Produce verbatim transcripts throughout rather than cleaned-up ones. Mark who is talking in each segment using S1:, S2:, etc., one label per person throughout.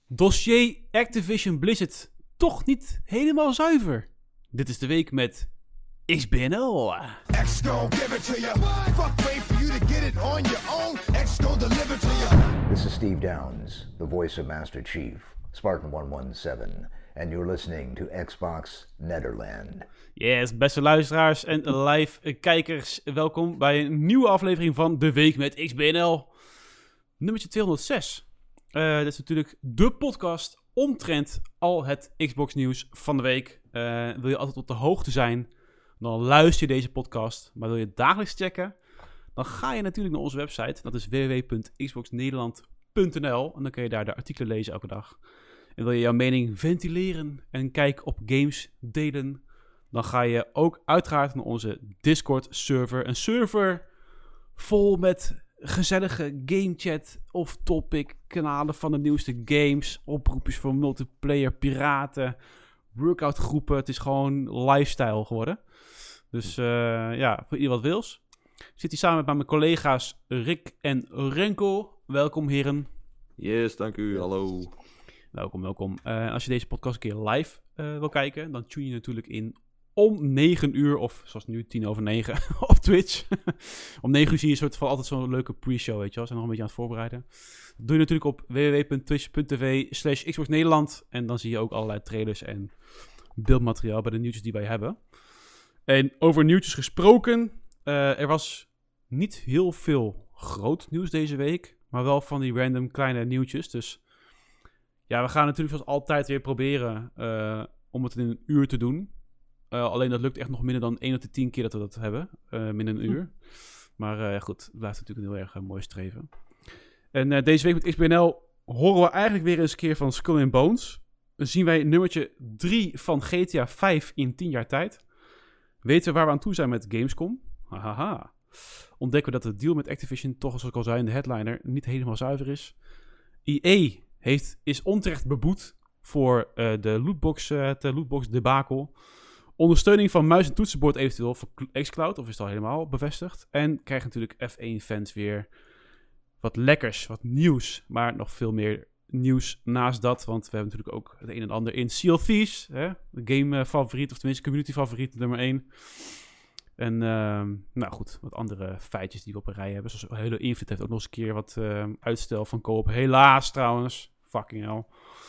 S1: Dossier Activision Blizzard toch niet helemaal zuiver. Dit is de week met X B N L.
S2: X gon' give it to you. Fuck wait for you to get it on your own. X gon' deliver to you.
S3: This is Steve Downs, the voice of Master Chief, Spartan one one seven, and you're listening to Xbox Nederland.
S1: Yes, beste luisteraars en live kijkers, welkom bij een nieuwe aflevering van De Week met X B N L. Nummertje tweehonderdzes. Uh, dit is natuurlijk de podcast omtrent al het Xbox nieuws van de week. Uh, wil je altijd op de hoogte zijn, dan luister je deze podcast. Maar wil je het dagelijks checken, dan ga je natuurlijk naar onze website. Dat is w w w punt xbox nederland punt n l. En dan kun je daar de artikelen lezen elke dag. En wil je jouw mening ventileren en kijk op games delen, dan ga je ook uiteraard naar onze Discord server. Een server vol met gezellige gamechat of topic, kanalen van de nieuwste games, oproepjes voor multiplayer, piraten, workout groepen. Het is gewoon lifestyle geworden. Dus uh, ja, voor ieder wat wils. Ik zit hier samen met mijn collega's Rick en Renko. Welkom heren.
S4: Yes, dank u. Hallo.
S1: Welkom, welkom. Uh, als je deze podcast een keer live uh, wil kijken, dan tune je natuurlijk in om negen uur, of zoals nu, tien over negen, op Twitch. Om negen uur zie je een soort van altijd zo'n leuke pre-show, weet je wel. We zijn nog een beetje aan het voorbereiden. Dat doe je natuurlijk op w w w punt twitch punt t v slash xbox nederland. En dan zie je ook allerlei trailers en beeldmateriaal bij de nieuwtjes die wij hebben. En over nieuwtjes gesproken, uh, er was niet heel veel groot nieuws deze week, maar wel van die random kleine nieuwtjes. Dus ja, we gaan natuurlijk zoals altijd weer proberen uh, om het in een uur te doen. Uh, alleen dat lukt echt nog minder dan één op de tien keer dat we dat hebben. Uh, minder een uur. Maar uh, goed, het blijft natuurlijk een heel erg uh, mooi streven. En uh, deze week met X B N L horen we eigenlijk weer eens een keer van Skull and Bones. Dan zien wij nummertje drie van G T A vijf in tien jaar tijd. Weten we waar we aan toe zijn met Gamescom? Hahaha. Ontdekken we dat de deal met Activision toch, zoals ik al zei in de headliner, niet helemaal zuiver is. E A heeft, is onterecht beboet voor uh, de lootbox, uh, het lootbox debakel. Ondersteuning van muis en toetsenbord eventueel voor xCloud, of is het al helemaal bevestigd. En krijgen natuurlijk F één fans weer wat lekkers, wat nieuws. Maar nog veel meer nieuws naast dat, want we hebben natuurlijk ook het een en ander in Sea of Thieves. Hè? De game favoriet, of tenminste community favoriet, nummer één. En uh, nou goed, wat andere feitjes die we op een rij hebben. Zoals Halo Infinite heeft ook nog eens een keer wat uh, uitstel van co-op. Helaas trouwens, fucking hell.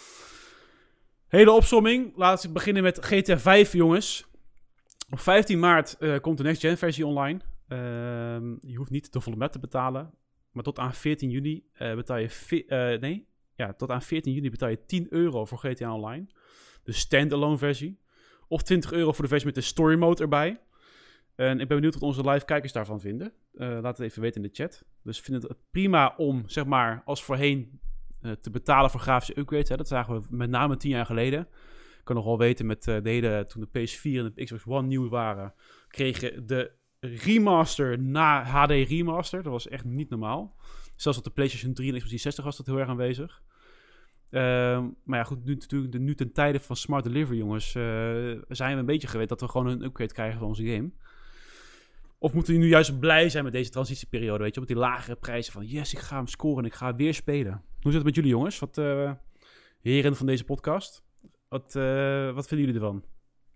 S1: Hele opsomming. Laten we beginnen met G T A vijf, jongens. Op vijftien maart uh, komt de next gen versie online. Uh, je hoeft niet de volle map te betalen. Maar tot aan veertien juni uh, betaal je... Ve- uh, nee, ja, tot aan veertien juni betaal je tien euro voor G T A Online. De standalone versie. Of twintig euro voor de versie met de story mode erbij. En ik ben benieuwd wat onze live kijkers daarvan vinden. Uh, laat het even weten in de chat. Dus ik vind het prima om, zeg maar, als voorheen uh, te betalen voor grafische upgrades. Hè. Dat zagen we met name tien jaar geleden. Ik kan nog wel weten, met uh, de hele, toen de P S vier en de Xbox One nieuw waren, kregen de remaster na H D remaster. Dat was echt niet normaal. Zelfs op de PlayStation drie en Xbox driehonderdzestig was dat heel erg aanwezig. Uh, maar ja, goed, nu, natuurlijk, nu ten tijde van Smart Delivery, jongens, uh, zijn we een beetje gewend dat we gewoon een upgrade krijgen van onze game. Of moeten we nu juist blij zijn met deze transitieperiode, weet je, met die lagere prijzen van yes, ik ga hem scoren en ik ga weer spelen. Hoe zit het met jullie, jongens? Wat uh, heren van deze podcast? Wat, uh, wat vinden jullie ervan?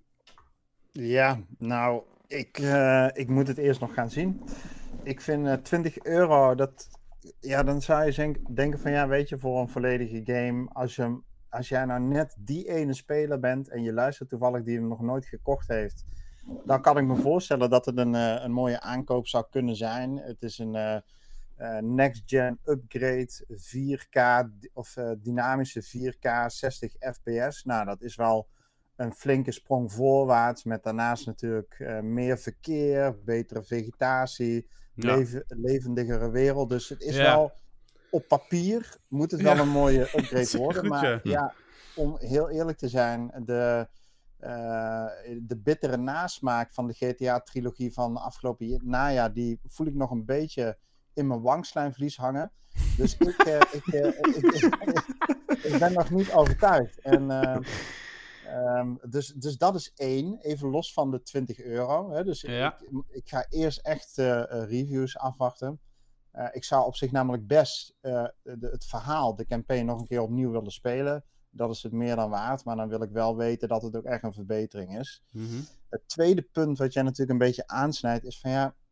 S5: Ja, nou, ik, uh, ik moet het eerst nog gaan zien. Ik vind uh, twintig euro, dat, ja, dan zou je denk, denken van ja, weet je, voor een volledige game, als, je, als jij nou net die ene speler bent en je luistert toevallig die hem nog nooit gekocht heeft, dan kan ik me voorstellen dat het een, uh, een mooie aankoop zou kunnen zijn. Het is een uh, uh, next-gen upgrade, vier K of uh, dynamische vier K, zestig F P S. Nou, dat is wel een flinke sprong voorwaarts, met daarnaast natuurlijk uh, meer verkeer, betere vegetatie,
S1: Ja.
S5: leven, levendigere wereld. Dus het is
S1: Ja.
S5: wel, op papier moet het wel
S1: Ja.
S5: een mooie upgrade
S1: Dat is
S5: worden.
S1: goed,
S5: maar
S1: ja.
S5: ja, om heel eerlijk te zijn, de... Uh, de bittere nasmaak van de G T A-trilogie van de afgelopen najaar, die voel ik nog een beetje in mijn wangslijmvlies hangen. Dus ik, uh, ik, uh, ik, ik, ik ben nog niet overtuigd. En, uh, um, dus, dus dat is één, even los van de twintig euro. Hè. Dus
S1: Ja.
S5: ik, ik ga eerst echt uh, reviews afwachten. Uh, ik zou op zich namelijk best uh, de, het verhaal, de campaign, nog een keer opnieuw willen spelen. Dat is het meer dan waard, maar dan wil ik wel weten dat het ook echt een verbetering is.
S1: Mm-hmm.
S5: Het tweede punt wat jij natuurlijk een beetje aansnijdt is van ja,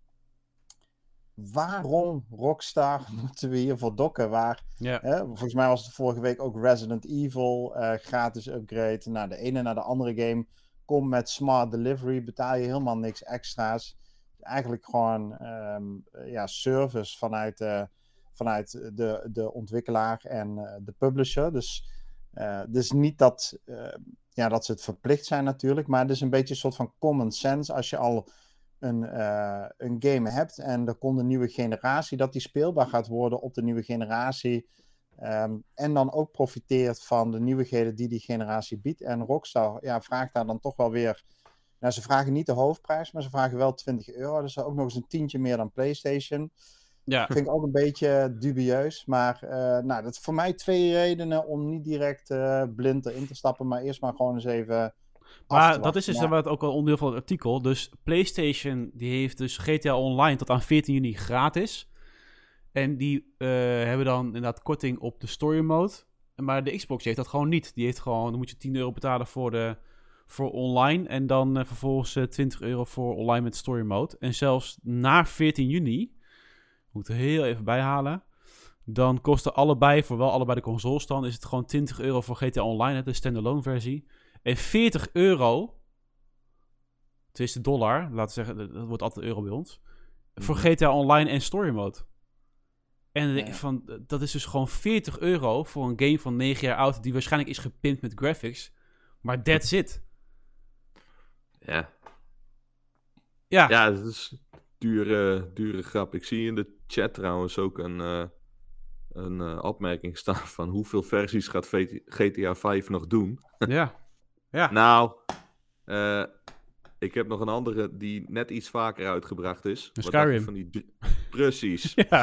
S5: waarom Rockstar moeten we hiervoor dokken? Waar,
S1: yeah.
S5: hè, volgens mij was het vorige week ook Resident Evil, uh, gratis upgrade. Nou, de ene naar de andere game komt met smart delivery, betaal je helemaal niks extra's. Eigenlijk gewoon um, ja, service vanuit, uh, vanuit de, de ontwikkelaar en uh, de publisher. Dus, uh, dus niet dat, uh, ja, dat ze het verplicht zijn natuurlijk, maar het is een beetje een soort van common sense als je al een, uh, een game hebt en er komt een nieuwe generatie, dat die speelbaar gaat worden op de nieuwe generatie. Um, en dan ook profiteert van de nieuwigheden die die generatie biedt. En Rockstar ja, vraagt daar dan toch wel weer... Nou, ze vragen niet de hoofdprijs, maar ze vragen wel twintig euro. Dus ook nog eens een tientje meer dan PlayStation.
S1: Ja.
S5: Vind ik ook een beetje dubieus. Maar uh, nou, dat is voor mij twee redenen om niet direct uh, blind erin te stappen. Maar eerst maar gewoon eens even...
S1: Maar dat is dus ja. ook wel onderdeel van het artikel. Dus PlayStation die heeft dus G T A Online tot aan veertien juni gratis. En die uh, hebben dan inderdaad korting op de story mode. Maar de Xbox heeft dat gewoon niet. Die heeft gewoon, dan moet je tien euro betalen voor, de, voor online. En dan uh, vervolgens uh, twintig euro voor online met story mode. En zelfs na veertien juni, moet er heel even bijhalen. Dan kosten allebei, voor wel allebei de consoles dan, is het gewoon twintig euro voor G T A Online, de standalone versie. En veertig euro, het is de dollar, laten we zeggen, dat wordt altijd euro bij ons. Mm-hmm. Voor G T A Online en story mode. En dan denk ik van, dat is dus gewoon veertig euro voor een game van negen jaar oud, die waarschijnlijk is gepimpt met graphics. Maar that's it.
S4: Ja.
S1: Ja.
S4: Ja, dat is dure, dure grap. Ik zie in de chat trouwens ook een, uh, een uh, opmerking staan van hoeveel versies gaat G T A vijf nog doen.
S1: Ja. Ja.
S4: Nou, uh, ik heb nog een andere die net iets vaker uitgebracht is.
S1: Wat Skyrim.
S4: Van die d- Precies.
S1: Ja.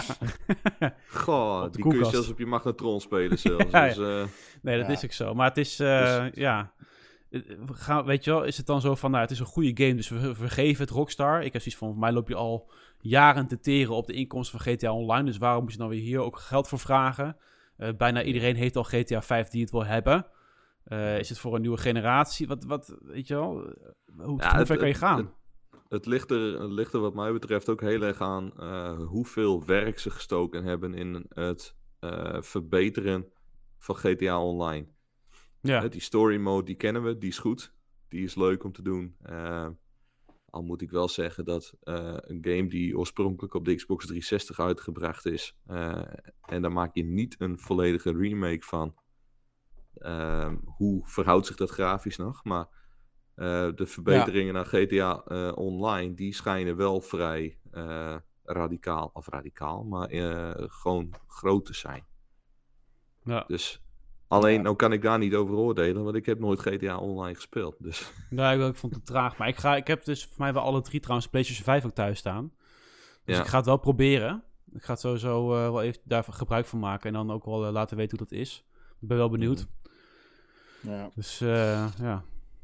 S4: Goh, die kun je zelfs op je magnetron spelen zelfs.
S1: Ja,
S4: dus, uh,
S1: nee, dat ja. is ook zo. Maar het is, uh, dus... ja... We gaan, weet je wel, is het dan zo van, nou, het is een goede game, dus we vergeven het Rockstar. Ik heb zoiets van, voor mij loop je al jaren te teren op de inkomsten van G T A Online, dus waarom moet je dan weer hier ook geld voor vragen? Uh, bijna iedereen heeft al G T A vijf die het wil hebben. Uh, is het voor een nieuwe generatie? Wat, wat weet je wel, hoe,
S4: ja,
S1: hoe ver kan je gaan?
S4: Het, het, het, ligt er, het ligt er wat mij betreft ook heel erg aan uh, hoeveel werk ze gestoken hebben in het uh, verbeteren van G T A Online.
S1: Ja.
S4: Die story mode, die kennen we, die is goed. Die is leuk om te doen. Uh, al moet ik wel zeggen dat uh, een game die oorspronkelijk op de Xbox driehonderdzestig uitgebracht is. Uh, en daar maak je niet een volledige remake van. Uh, hoe verhoudt zich dat grafisch nog? Maar uh, de verbeteringen ja. naar G T A uh, Online, die schijnen wel vrij uh, radicaal, of radicaal, maar uh, gewoon groot te zijn.
S1: Ja.
S4: Dus... Alleen, ja. nou kan ik daar niet over oordelen, want ik heb nooit G T A Online gespeeld. Dus.
S1: Nee, ik, ik vond het traag. Maar ik, ga, ik heb dus voor mij wel alle drie trouwens PlayStation vijf ook thuis staan. Dus ja. ik ga het wel proberen. Ik ga het sowieso uh, wel even daar gebruik van maken. En dan ook wel uh, laten weten hoe dat is. Ik ben wel benieuwd.
S5: Ja.
S1: Dus uh, ja.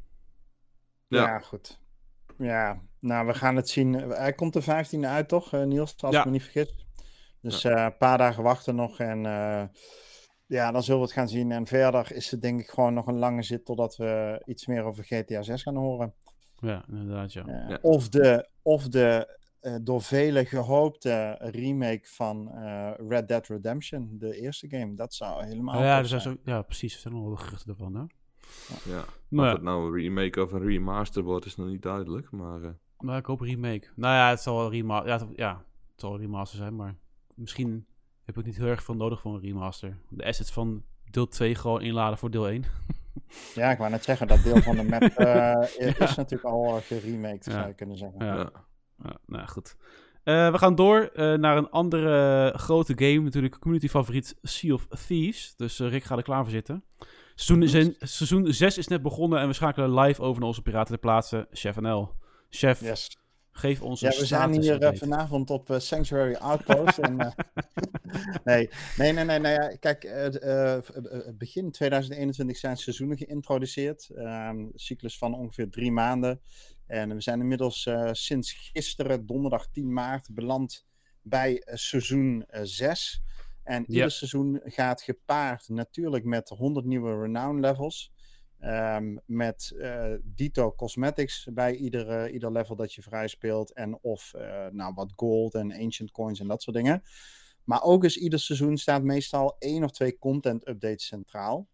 S5: ja. Ja, goed. Ja, nou we gaan het zien. Hij komt de vijftiende uit toch, uh, Niels? Als
S1: ja.
S5: ik me niet vergis. Dus uh, een paar dagen wachten nog en... Uh, Ja, dan zullen we het gaan zien. En verder is het denk ik gewoon nog een lange zit totdat we iets meer over G T A zes gaan horen.
S1: Ja, inderdaad, ja.
S5: Uh,
S1: ja.
S5: Of de, of de uh, door velen gehoopte remake van uh, Red Dead Redemption, de eerste game. Dat zou helemaal
S1: oh, ja, er
S5: zijn.
S1: Zo, ja, precies. Er zijn nog wel geruchten ervan, hè?
S4: Ja, ja. Maar of het nou een remake of een remaster wordt, is nog niet duidelijk. Maar, uh...
S1: maar ik hoop remake. Nou ja, het zal een remaster, ja, het, ja, het zal een remaster zijn, maar misschien... heb ik niet heel erg veel nodig voor een remaster. De assets van deel twee gewoon inladen voor deel één.
S5: Ja, ik wou net zeggen, dat deel van de map uh, is ja. natuurlijk al geremaked, ja. zou je kunnen zeggen.
S1: Ja, ja. ja nou goed. Uh, we gaan door uh, naar een andere grote game, natuurlijk community favoriet Sea of Thieves. Dus uh, Rick gaat er klaar voor zitten. Seizoen, zijn, seizoen zes is net begonnen en we schakelen live over naar onze Piraten ter plaatse, Chef N L. Chef, yes. Geef ons
S5: ja,
S1: een
S5: we zijn hier uh, vanavond op uh, Sanctuary Outpost. en, uh, nee, nee, nee, nee, nee. Kijk, uh, uh, begin tweeduizend eenentwintig zijn seizoenen geïntroduceerd. Um, cyclus van ongeveer drie maanden. En we zijn inmiddels uh, sinds gisteren, donderdag tien maart, beland bij uh, seizoen uh, zes. En
S1: Ja.
S5: ieder seizoen gaat gepaard natuurlijk met honderd nieuwe renown levels. Um, met uh, dito cosmetics bij ieder, uh, ieder level dat je vrij speelt. En of uh, nou, wat gold en ancient coins en dat soort dingen. Maar ook is ieder seizoen staat meestal één of twee content updates centraal.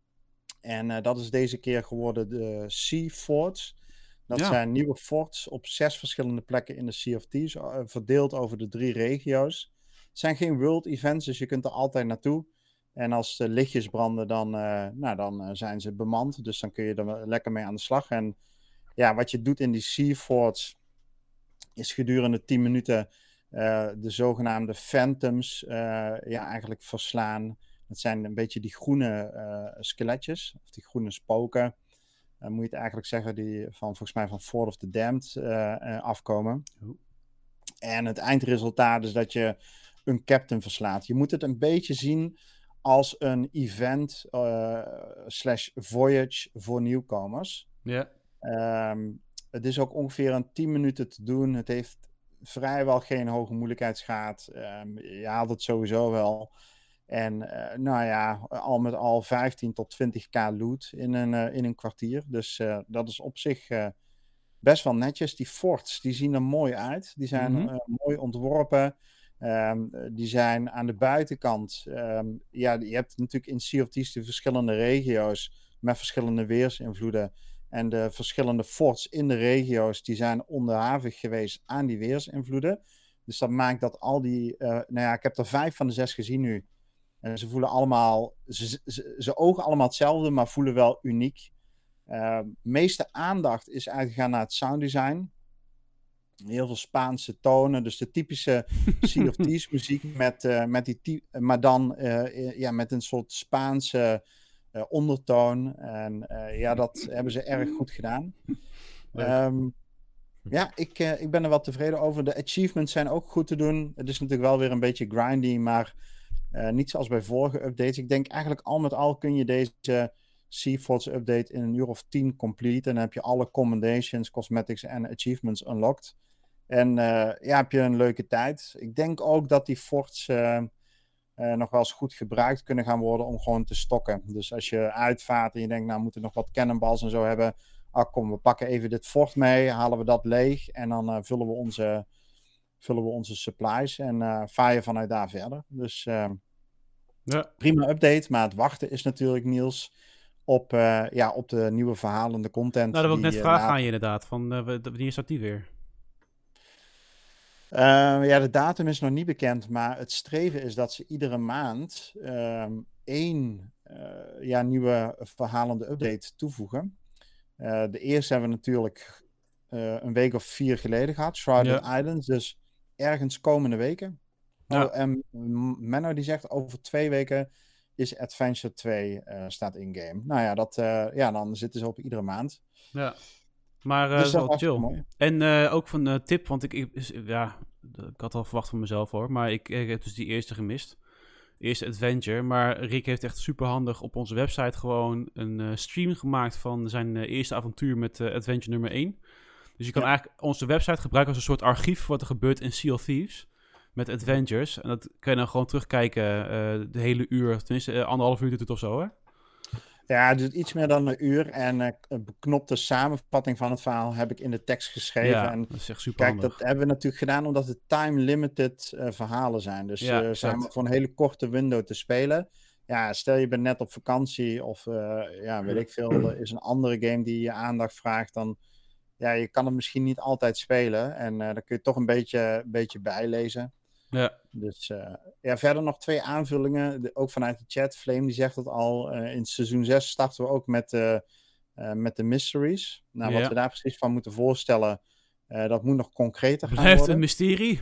S5: En uh, dat is deze keer geworden de Sea Forts. Dat
S1: Ja.
S5: zijn nieuwe forts op zes verschillende plekken in de Sea of Thieves. Uh, verdeeld over de drie regio's. Het zijn geen world events, dus je kunt er altijd naartoe. En als de lichtjes branden, dan, uh, nou, dan uh, zijn ze bemand. Dus dan kun je er lekker mee aan de slag. En ja, wat je doet in die Sea Forts is gedurende tien minuten uh, de zogenaamde Phantoms uh, ja, eigenlijk verslaan. Dat zijn een beetje die groene uh, skeletjes, of die groene spoken. Uh, moet je het eigenlijk zeggen, die van volgens mij van Fort of the Damned uh, uh, afkomen. Oh. En het eindresultaat is dat je een captain verslaat. Je moet het een beetje zien als een event uh, slash voyage voor nieuwkomers.
S1: Ja.
S5: Um, het is ook ongeveer een tien minuten te doen. Het heeft vrijwel geen hoge moeilijkheidsgraad. Um, je haalt het sowieso wel. En uh, nou ja, al met al vijftien tot twintig k loot in een, uh, in een kwartier. Dus uh, dat is op zich uh, best wel netjes. Die forts, die zien er mooi uit. Die zijn mm-hmm. uh, mooi ontworpen. Um, die zijn aan de buitenkant. Um, ja, je hebt natuurlijk in Sea of Thieves de verschillende regio's met verschillende weersinvloeden. En de verschillende forts in de regio's, die zijn onderhavig geweest aan die weersinvloeden. Dus dat maakt dat al die... Uh, nou ja, ik heb er vijf van de zes gezien nu. En ze voelen allemaal... Ze, ze, ze ogen allemaal hetzelfde, maar voelen wel uniek. Uh, meeste aandacht is uitgegaan naar het sounddesign. Heel veel Spaanse tonen. Dus de typische Sea of Thieves muziek met, uh, met die... Ty- maar dan uh, ja, met een soort Spaanse... Uh, ondertoon. En uh, ja, dat hebben ze erg goed gedaan. Um, ja, ik, uh, ik ben er wel tevreden over. De achievements zijn ook goed te doen. Het is natuurlijk wel weer een beetje grindy, maar uh, niet zoals bij vorige updates. Ik denk eigenlijk al met al kun je deze Sea Forts update in een uur of tien complete. En dan heb je alle commendations, cosmetics en achievements unlocked. En uh, ja, heb je een leuke tijd. Ik denk ook dat die forts... Uh, Uh, nog wel eens goed gebruikt kunnen gaan worden om gewoon te stokken. Dus als je uitvaart en je denkt, nou we moeten nog wat cannonballs en zo hebben. Ah kom, we pakken even dit fort mee, halen we dat leeg en dan uh, vullen, we onze, vullen we onze supplies en uh, vaar je vanuit daar verder. Dus uh, ja. Prima update, maar het wachten is natuurlijk, Niels, op, uh, ja, op de nieuwe verhalende content.
S1: Nou, dat wil ik net
S5: die,
S1: vragen
S5: uh,
S1: aan je inderdaad, van uh, wanneer staat die weer?
S5: Uh, ja, de datum is nog niet bekend, maar het streven is dat ze iedere maand uh, één uh, ja, nieuwe verhalende update toevoegen. Uh, de eerste hebben we natuurlijk uh, een week of vier geleden gehad, Shrouded ja. Islands, dus ergens komende weken. Ja. Oh, en Menno die zegt over twee weken is Adventure twee uh, staat in-game. Nou ja, dat, uh, ja, dan zitten ze op iedere maand.
S1: Ja. Maar uh, dus dat is wel chill. Mooi. En uh, ook van uh, tip, want ik, ik, ja, ik had al verwacht van mezelf hoor, maar ik, ik heb dus die eerste gemist. Eerste adventure. Maar Rick heeft echt super handig op onze website gewoon een uh, stream gemaakt van zijn uh, eerste avontuur met uh, adventure nummer één. Dus je kan ja. eigenlijk onze website gebruiken als een soort archief wat er gebeurt in Sea of Thieves. Met adventures. En dat kan je dan gewoon terugkijken uh, de hele uur. Tenminste, uh, anderhalf uur doet het of zo hè?
S5: Ja, het duurt iets meer dan een uur. En uh, een beknopte samenvatting van het verhaal heb ik in de tekst geschreven.
S1: Ja,
S5: en
S1: dat is echt super
S5: kijk,
S1: handig.
S5: dat hebben we natuurlijk gedaan omdat het time-limited uh, verhalen zijn. Dus ja, uh, zijn we voor een hele korte window te spelen. Ja, stel je bent net op vakantie of uh, ja, weet ik veel, er is een andere game die je aandacht vraagt, dan ja, je kan het misschien niet altijd spelen. En uh, dan kun je toch een beetje, beetje bijlezen.
S1: Ja.
S5: Dus uh, ja, verder nog twee aanvullingen, de, ook vanuit de chat. Flame die zegt dat al, uh, in seizoen zes starten we ook met, uh, uh, met de mysteries. Nou, ja. Wat we daar precies van moeten voorstellen, uh, dat moet nog concreter gaan
S1: Blijft
S5: worden.
S1: Een mysterie?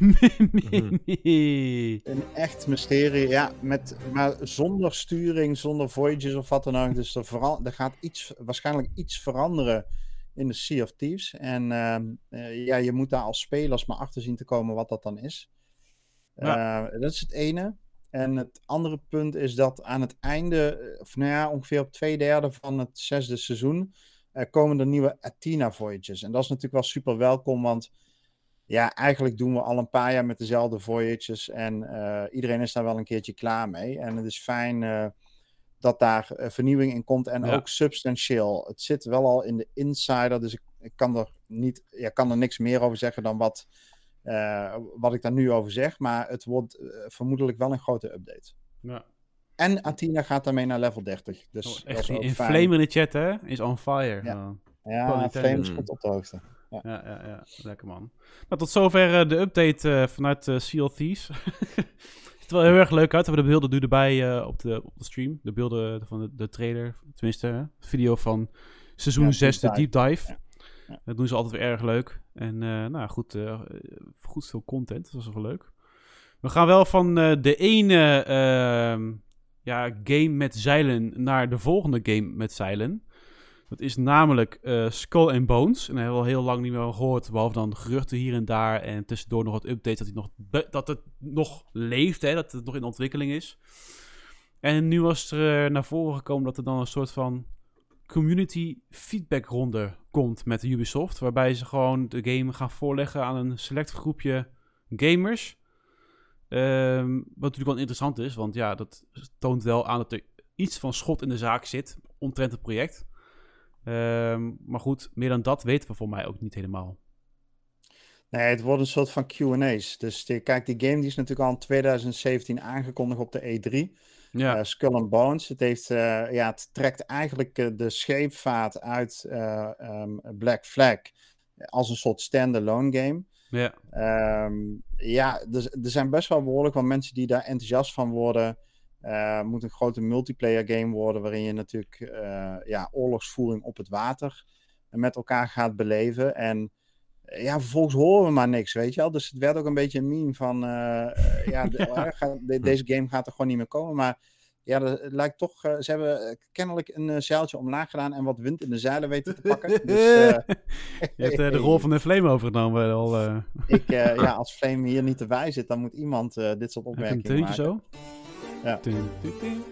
S5: Een echt mysterie, ja, met, maar zonder sturing, zonder voyages of wat dan ook. Dus er, veral, er gaat iets, waarschijnlijk iets veranderen in de Sea of Thieves. En uh, uh, ja, je moet daar als spelers maar achter zien te komen wat dat dan is. Ja. Uh, dat is het ene. En het andere punt is dat aan het einde, of nou ja, ongeveer op twee derde van het zesde seizoen, uh, komen er nieuwe Athena Voyages. En dat is natuurlijk wel super welkom, want ja, eigenlijk doen we al een paar jaar met dezelfde voyages en uh, iedereen is daar wel een keertje klaar mee. En het is fijn uh, dat daar uh, vernieuwing in komt en ja. ook substantieel. Het zit wel al in de insider, dus ik, ik kan er niet, ja, kan er niks meer over zeggen dan wat, uh, wat ik daar nu over zeg. Maar het wordt uh, vermoedelijk wel een grote update.
S1: Ja.
S5: En Athena gaat daarmee naar level dertig. Dus
S1: oh, echt in Flame in de chat, hè? Is on fire.
S5: Ja, ja Flame is goed op de hoogte.
S1: Ja. Ja, ja, ja, lekker man. Nou, tot zover uh, de update uh, vanuit uh, Sea of Thieves. Ziet er wel heel erg leuk uit. We hebben de beelden nu erbij uh, op, de, op de stream. De beelden van de, de trailer, tenminste, uh, video van seizoen ja, zes, de Deep Dive. Ja. Ja. Dat doen ze altijd weer erg leuk. En uh, nou goed, uh, goed veel content. Dat was wel leuk. We gaan wel van uh, de ene uh, ja, game met zeilen naar de volgende game met zeilen. Dat is namelijk uh, Skull and Bones. En daar hebben we al heel lang niet meer gehoord. Behalve dan geruchten hier en daar. En tussendoor nog wat updates dat, nog be- dat het nog leeft. Hè, dat het nog in ontwikkeling is. En nu was er uh, naar voren gekomen dat er dan een soort van community feedback ronde komt met Ubisoft. Waarbij ze gewoon de game gaan voorleggen aan een select groepje gamers. Um, wat natuurlijk wel interessant is. Want ja, dat toont wel aan dat er iets van schot in de zaak zit. Omtrent het project. Um, maar goed, meer dan dat weten we voor mij ook niet helemaal.
S5: Nee, het wordt een soort van Q en A's. Dus die, kijk, die game die is natuurlijk al in twintig zeventien aangekondigd op de E drie. Ja. Uh, Skull and Bones. Het, heeft, uh, ja, het trekt eigenlijk uh, de scheepvaart uit uh, um, Black Flag als een soort standalone game.
S1: Ja,
S5: um, ja er, er zijn best wel behoorlijk wat mensen die daar enthousiast van worden. Uh, het moet een grote multiplayer game worden waarin je natuurlijk uh, ja, oorlogsvoering op het water met elkaar gaat beleven. En uh, ja, vervolgens horen we maar niks, weet je wel. Dus het werd ook een beetje een meme van, uh, uh, ja, de, ja. Gaat, de, deze game gaat er gewoon niet meer komen. Maar ja, dat, het lijkt toch, uh, ze hebben kennelijk een uh, zeiltje omlaag gedaan en wat wind in de zeilen weten te pakken. Dus, uh,
S1: je hebt uh, de rol van de Flame overgenomen al. Uh.
S5: Ik, uh, ja, als Flame hier niet erbij zit, dan moet iemand uh, dit soort opmerkingen maken.
S1: Zo?
S5: Ja.
S1: Dun, dun, dun.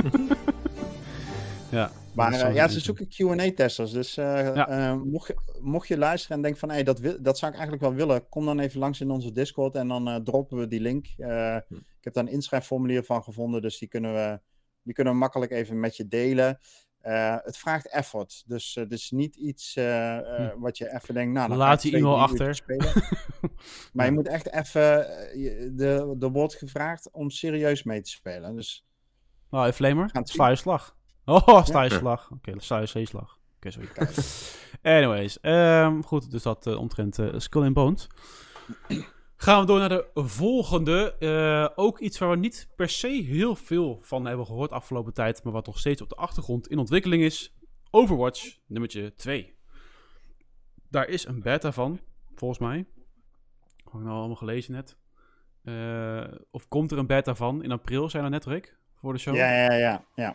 S1: Ja,
S5: maar uh, ja, ze zoeken Q en A-testers. Dus uh, ja. uh, mocht, je, mocht je luisteren en denken van... Hey, dat, wil, dat zou ik eigenlijk wel willen... Kom dan even langs in onze Discord en dan uh, droppen we die link. Uh, hm. Ik heb daar een inschrijfformulier van gevonden. Dus die kunnen we, die kunnen we makkelijk even met je delen. Uh, het vraagt effort. Dus het uh, is niet iets uh, uh, hm. wat je even denkt... Nou, dan
S1: laat die e-mail achter.
S5: Spelen. Maar je moet echt even... Er wordt gevraagd om serieus mee te spelen. Dus...
S1: Nou, hey, Flamer, sla je slag. Oh, sla je ja. slag. Oké, okay, sla je zeeslag. Oké, okay, sorry. Anyways, um, goed, dus dat uh, omtrent uh, Skull and Bones. Gaan we door naar de volgende. Uh, ook iets waar we niet per se heel veel van hebben gehoord afgelopen tijd, maar wat nog steeds op de achtergrond in ontwikkeling is. Overwatch, nummertje twee. Daar is een beta van, volgens mij. Heb ik nou allemaal gelezen net. Uh, of komt er een beta van in april, zijn er net, Rick? Voor de show?
S5: Ja, ja, ja. ja.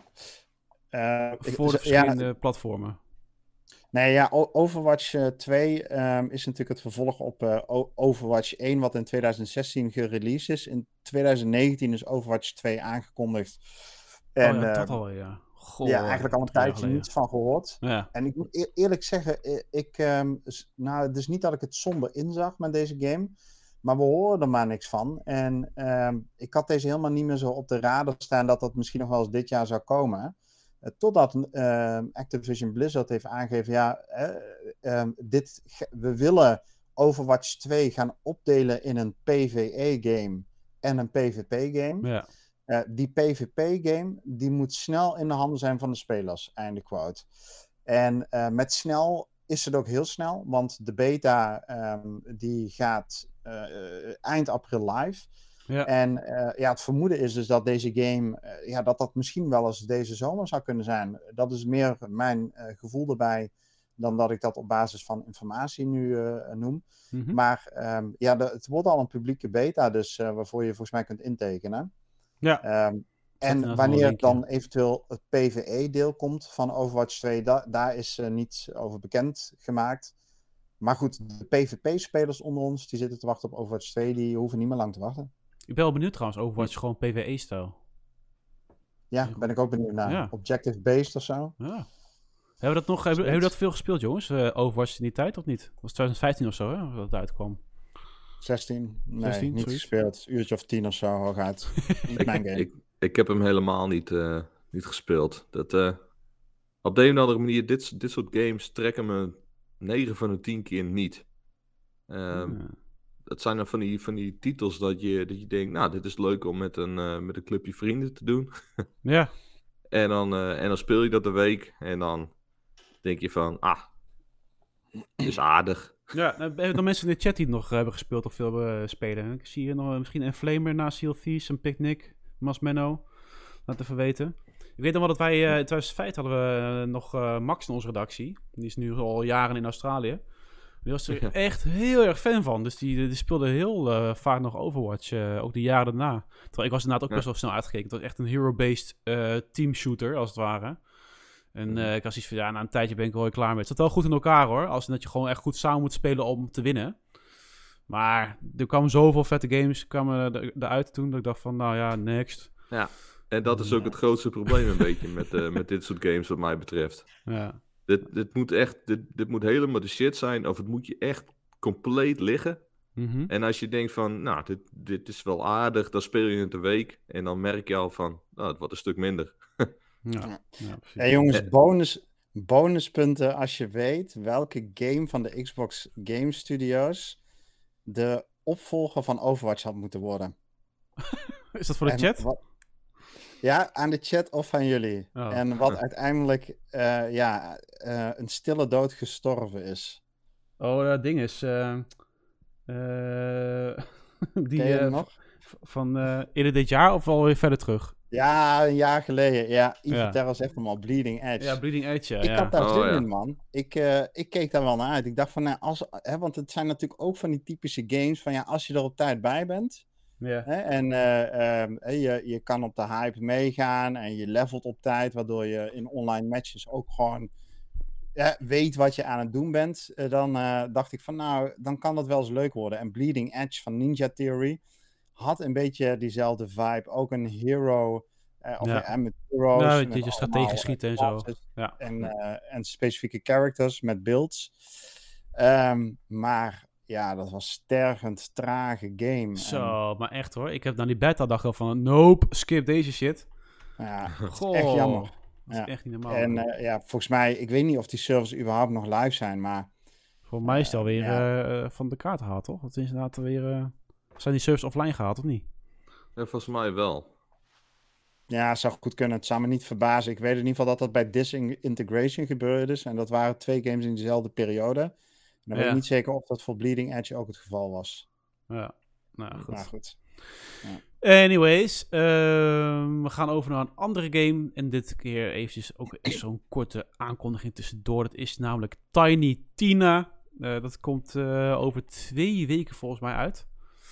S5: Uh,
S1: voor de verschillende ja, platformen.
S5: Nee, ja, Overwatch uh, twee um, is natuurlijk het vervolg op uh, Overwatch één, wat in twintig zestien gereleased is. In twintig negentien is Overwatch twee aangekondigd. En,
S1: oh ja,
S5: uh,
S1: dat al, ja. Goh,
S5: ja, eigenlijk al een tijdje niets van gehoord.
S1: Ja.
S5: En ik moet e- eerlijk zeggen, ik, um, nou, het is niet dat ik het somber inzag met deze game, maar we horen er maar niks van. En um, ik had deze helemaal niet meer zo op de radar staan dat dat misschien nog wel eens dit jaar zou komen. Uh, totdat uh, Activision Blizzard heeft aangegeven, ja, uh, um, dit, we willen Overwatch twee gaan opdelen in een PvE-game en een PvP-game.
S1: Ja.
S5: Uh, die PvP-game, die moet snel in de handen zijn van de spelers, einde quote. En uh, met snel is het ook heel snel, want de beta um, die gaat uh, eind april live. Ja. En uh, ja, het vermoeden is dus dat deze game, uh, ja, dat dat misschien wel eens deze zomer zou kunnen zijn. Dat is meer mijn uh, gevoel erbij dan dat ik dat op basis van informatie nu uh, noem. Mm-hmm. Maar um, ja, de, het wordt al een publieke beta, dus uh, waarvoor je volgens mij kunt intekenen.
S1: Ja.
S5: Um, en wanneer dan eventueel het PvE-deel komt van Overwatch twee, da- daar is uh, niets over bekend gemaakt. Maar goed, de PvP-spelers onder ons, die zitten te wachten op Overwatch twee, die hoeven niet meer lang te wachten.
S1: Ik ben wel benieuwd trouwens, Overwatch gewoon PvE-stijl.
S5: Ja, ben ik ook benieuwd naar. Ja. Objective-based of zo.
S1: Ja. Hebben we dat nog, hebben, hebben we dat veel gespeeld, jongens? Uh, Overwatch in die tijd of niet? Dat was twintig vijftien of zo, hè? Dat het uitkwam.
S5: zestien? Nee,
S1: zestien,
S5: niet
S1: zoiets.
S5: gespeeld. Uurtje of tien of zo, hooguit. Niet
S4: Ik,
S5: mijn game.
S4: ik, ik heb hem helemaal niet, uh, niet gespeeld. Dat, uh, op de een of andere manier, dit, dit soort games trekken me negen van de tien keer niet. Um,
S1: Ja.
S4: Het zijn dan van die, van die titels dat je, dat je denkt, nou, dit is leuk om met een, uh, met een clubje vrienden te doen.
S1: Ja.
S4: En dan, uh, en dan speel je dat een week en dan denk je van, ah, het is aardig.
S1: Ja, hebben er mensen in de chat die het nog hebben gespeeld of veel hebben spelen? Ik zie hier nog misschien een Flamer na Sea of Thieves, een Picnic, Masmenno. Laat even weten. Ik weet nog wel dat wij uh, in tweeduizend vijf hadden we uh, nog uh, Max in onze redactie. Die is nu al jaren in Australië. Die was er
S4: Ja.
S1: echt heel erg fan van. Dus die, die speelde heel uh, vaak nog Overwatch, uh, ook de jaren daarna. Terwijl ik was inderdaad ook
S4: Ja.
S1: best wel snel uitgekeken. Het was echt een hero-based uh, team shooter, als het ware. En uh, ik had zoiets van, ja, na een tijdje ben ik er wel weer klaar mee. Het zat wel goed in elkaar, hoor. Als dat je gewoon echt goed samen moet spelen om te winnen. Maar er kwamen zoveel vette games kwamen er, eruit toen, dat ik dacht van, nou ja, next.
S4: Ja, en dat is ook het grootste probleem een beetje met, uh, met dit soort games wat mij betreft.
S1: Ja.
S4: Dit, dit moet echt, dit, dit moet helemaal de shit zijn, of het moet je echt compleet liggen.
S1: Mm-hmm.
S4: En als je denkt van, nou, dit, dit is wel aardig, dan speel je het een week. En dan merk je al van, nou, het wordt een stuk minder.
S1: Ja, ja, precies.
S5: Hey jongens, bonus, bonuspunten als je weet welke game van de Xbox Game Studios de opvolger van Overwatch had moeten worden.
S1: Is dat voor de
S5: En
S1: chat?
S5: wat- ja, aan de chat of aan jullie.
S1: Oh.
S5: En wat uiteindelijk uh, ja, uh, een stille dood gestorven is.
S1: Oh, dat ding is... Uh, uh, die
S5: Ken je hem
S1: uh,
S5: nog?
S1: v- van uh, eerder dit jaar of alweer verder terug?
S5: Ja, een jaar geleden. Ja, Evil
S1: Ja.
S5: Terror zegt hem al, Bleeding Edge.
S1: Ja, Bleeding Edge, ja.
S5: Ik
S1: ja.
S5: had daar
S4: Oh,
S5: zin
S4: ja.
S5: in, man. Ik, uh, ik keek daar wel naar uit. Ik dacht van, nou, als, hè, want het zijn natuurlijk ook van die typische games van, ja, als je er op tijd bij bent,
S1: Ja.
S5: hè, en uh, um, je, je kan op de hype meegaan en je levelt op tijd, waardoor je in online matches ook gewoon ja, weet wat je aan het doen bent. Uh, dan uh, dacht ik van, nou, dan kan dat wel eens leuk worden. En Bleeding Edge van Ninja Theory had een beetje diezelfde vibe. Ook een hero... Uh, of
S1: Ja.
S5: ja, met heroes.
S1: Ja,
S5: met
S1: dat je strategisch
S5: allemaal,
S1: schieten en
S5: uh,
S1: zo.
S5: classes
S1: Ja.
S5: En, uh, en specifieke characters met builds. Um, maar ja, dat was stergend trage game.
S1: Zo, en, maar echt hoor. Ik heb dan die beta dacht al van, nope, skip deze shit.
S5: Ja,
S1: Goh,
S5: echt jammer.
S1: Dat
S5: Ja.
S1: is echt niet normaal.
S5: En uh, ja, volgens mij, ik weet niet of die servers überhaupt nog live zijn, maar...
S1: Voor mij is het alweer
S5: ja.
S1: uh, van de kaart gehaald, toch? Het is inderdaad weer... Uh, zijn die servers offline gehaald, of niet?
S4: Ja, volgens mij wel.
S5: Ja, zou goed kunnen. Het zou me niet verbazen. Ik weet in ieder geval dat dat bij Disintegration gebeurde is. En dat waren twee games in dezelfde periode. En dan
S1: Ja.
S5: weet ik niet zeker of dat voor Bleeding Edge ook het geval was.
S1: Ja, nou goed.
S5: Maar goed.
S1: Anyways, uh, we gaan over naar een andere game. En dit keer eventjes ook zo'n korte aankondiging tussendoor. Dat is namelijk Tiny Tina. Uh, dat komt uh, over twee weken volgens mij uit.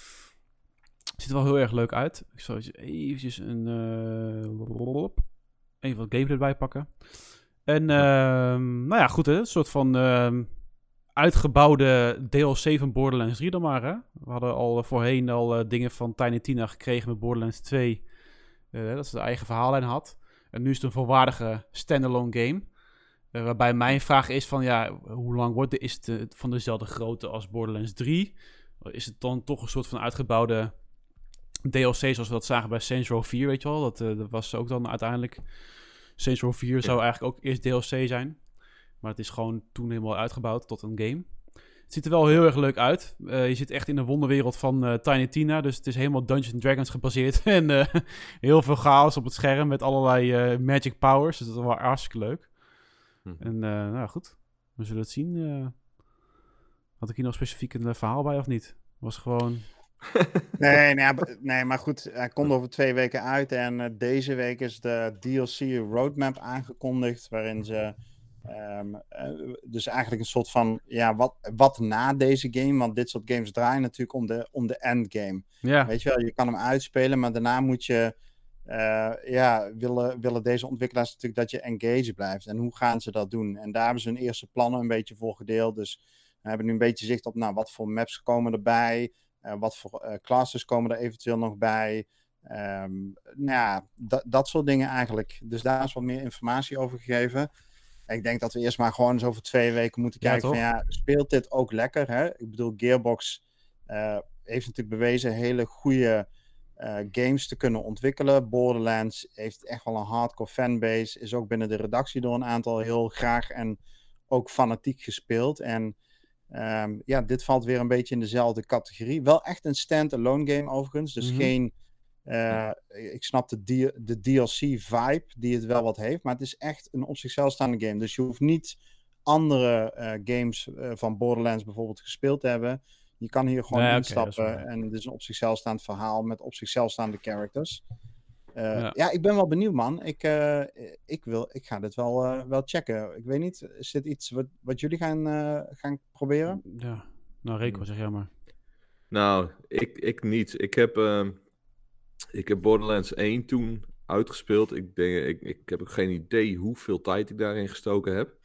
S1: Ziet er wel heel erg leuk uit. Ik zal eventjes een... Uh, even wat gameplay erbij pakken. En uh, nou ja, goed hè. Een soort van uh, uitgebouwde D L C van Borderlands drie dan maar hè. We hadden al voorheen al uh, dingen van Tiny Tina gekregen met Borderlands twee. Uh, dat ze de eigen verhaallijn had. En nu is het een volwaardige standalone game. Uh, waarbij mijn vraag is van ja, hoe lang wordt het? Is het uh, van dezelfde grootte als Borderlands drie? Is het dan toch een soort van uitgebouwde D L C zoals we dat zagen bij Saints Row vier, weet je wel? Dat, uh, dat was ook dan uiteindelijk... Saints Row vier ja. zou eigenlijk ook eerst D L C zijn. Maar het is gewoon toen helemaal uitgebouwd tot een game. Het ziet er wel heel erg leuk uit. Uh, je zit echt in de wonderwereld van uh, Tiny Tina. Dus het is helemaal Dungeons and Dragons gebaseerd. en uh, heel veel chaos op het scherm met allerlei uh, magic powers. Dus dat is wel hartstikke leuk. Hm. En uh, nou goed, we zullen het zien. Uh, had ik hier nog specifiek een uh, verhaal bij of niet? Was gewoon...
S5: nee, nee, nee, maar goed, hij komt over twee weken uit en uh, deze week is de D L C roadmap aangekondigd, waarin ze um, uh, dus eigenlijk een soort van, ja, wat, wat na deze game, want dit soort games draaien natuurlijk om de, om de endgame.
S1: Ja.
S5: Weet je wel, je kan hem uitspelen, maar daarna moet je, uh, ja, willen, willen deze ontwikkelaars natuurlijk dat je engaged blijft. En hoe gaan ze dat doen? En daar hebben ze hun eerste plannen een beetje voor gedeeld, dus we hebben nu een beetje zicht op, nou, wat voor maps komen erbij. Uh, wat voor uh, classes komen er eventueel nog bij? Um, nou ja, d- dat soort dingen eigenlijk. Dus daar is wat meer informatie over gegeven. Ik denk dat we eerst maar gewoon eens over twee weken moeten
S1: Ja,
S5: kijken
S1: toch?
S5: van ja, speelt dit ook lekker? Hè? Ik bedoel, Gearbox uh, heeft natuurlijk bewezen hele goede uh, games te kunnen ontwikkelen. Borderlands heeft echt wel een hardcore fanbase. Is ook binnen de redactie door een aantal heel graag en ook fanatiek gespeeld. En um, ja, dit valt weer een beetje in dezelfde categorie. Wel echt een stand-alone game overigens. Dus mm-hmm. geen... Uh, ik snap de, D- de D L C-vibe die het wel wat heeft. Maar het is echt een op zichzelf staande game. Dus je hoeft niet andere uh, games uh, van Borderlands bijvoorbeeld gespeeld te hebben. Je kan hier gewoon nee, instappen. Okay, en het is een op zichzelf staand verhaal met op zichzelf staande characters. Uh, ja. ja, ik ben wel benieuwd, man. Ik, uh, ik, wil, ik ga dit wel, uh, wel checken. Ik weet niet, is dit iets wat, wat jullie gaan, uh, gaan proberen?
S1: Ja, nou Rico, zeg jij maar.
S4: Nou, ik, ik niet. Ik heb, uh, ik heb Borderlands één toen uitgespeeld. Ik, denk, ik, ik heb ook geen idee hoeveel tijd ik daarin gestoken heb.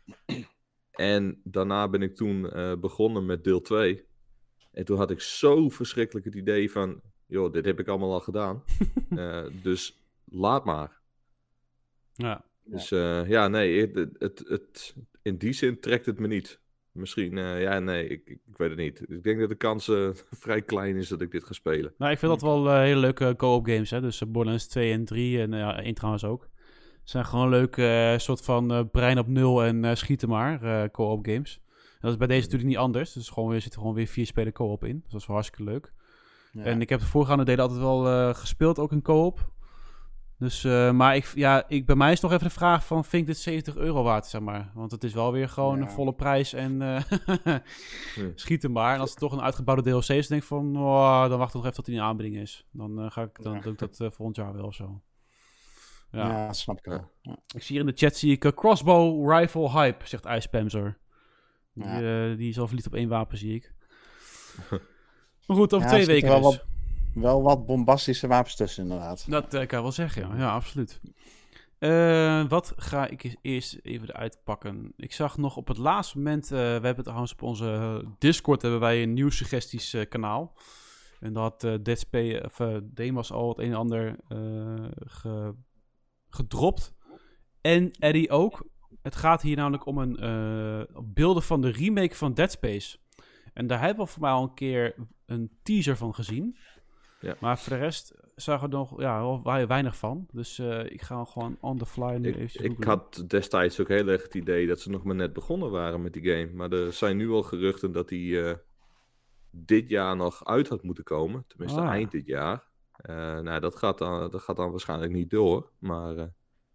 S4: En daarna ben ik toen uh, begonnen met deel twee. En toen had ik zo verschrikkelijk het idee van... joh, dit heb ik allemaal al gedaan. uh, dus laat maar.
S1: Ja.
S4: Dus uh, ja, nee, het, het, het, het, in die zin trekt het me niet. Misschien, uh, ja, nee, ik, ik, ik weet het niet. Ik denk dat de kans uh, vrij klein is dat ik dit ga spelen.
S1: Nou, ik vind dat wel uh, hele leuke co-op games, hè. Dus uh, Borderlands twee en drie en uh, één trouwens ook. Het zijn gewoon leuke uh, soort van uh, brein op nul en uh, schieten maar, uh, co-op games. En dat is bij deze natuurlijk niet anders. Dus gewoon, er zitten gewoon weer vier spelen co-op in. Dus dat is wel hartstikke leuk. Ja. En ik heb de voorgaande delen altijd wel uh, gespeeld, ook in co-op. Dus, uh, maar ik, ja, ik, bij mij is nog even de vraag van, vind ik dit zeventig euro waard, zeg maar? Want het is wel weer gewoon ja. een volle prijs en uh, ja. schieten maar. En als het toch een uitgebouwde D L C is, dan denk ik van, oh, dan wacht ik nog even tot die in aanbieding is. Dan, uh, ga ik, dan ja. doe ik dat uh, volgend jaar wel of zo.
S5: Ja, ja snap ik wel. Ja.
S1: Ik zie hier in de chat, zie ik uh, crossbow rifle hype, zegt iSpamzer. Die, ja. uh, die is al verliefd op één wapen, zie ik. Maar goed, over ja, twee weken
S5: wel
S1: dus.
S5: Wat, wel wat bombastische wapens tussen, inderdaad.
S1: Dat uh, kan je wel zeggen, ja. Ja, absoluut. Uh, wat ga ik eerst even eruit pakken? Ik zag nog op het laatste moment... Uh, we hebben het trouwens op onze Discord... hebben wij een nieuw suggesties uh, kanaal. En dat had uh, Dead Space... Of uh, Demas al het een en ander uh, ge, gedropt. En Eddie ook. Het gaat hier namelijk om een uh, beelden van de remake van Dead Space. En daar hebben we voor mij al een keer een teaser van gezien. Ja. Maar voor de rest zag er nog ja, wel weinig van. Dus uh, ik ga gewoon on the fly nu
S4: ik,
S1: even
S4: Ik had destijds ook heel erg het idee dat ze nog maar net begonnen waren met die game. Maar er zijn nu al geruchten dat die uh, dit jaar nog uit had moeten komen. Tenminste ah. eind dit jaar. Uh, nou, dat gaat, dan, dat gaat dan waarschijnlijk niet door. Maar uh,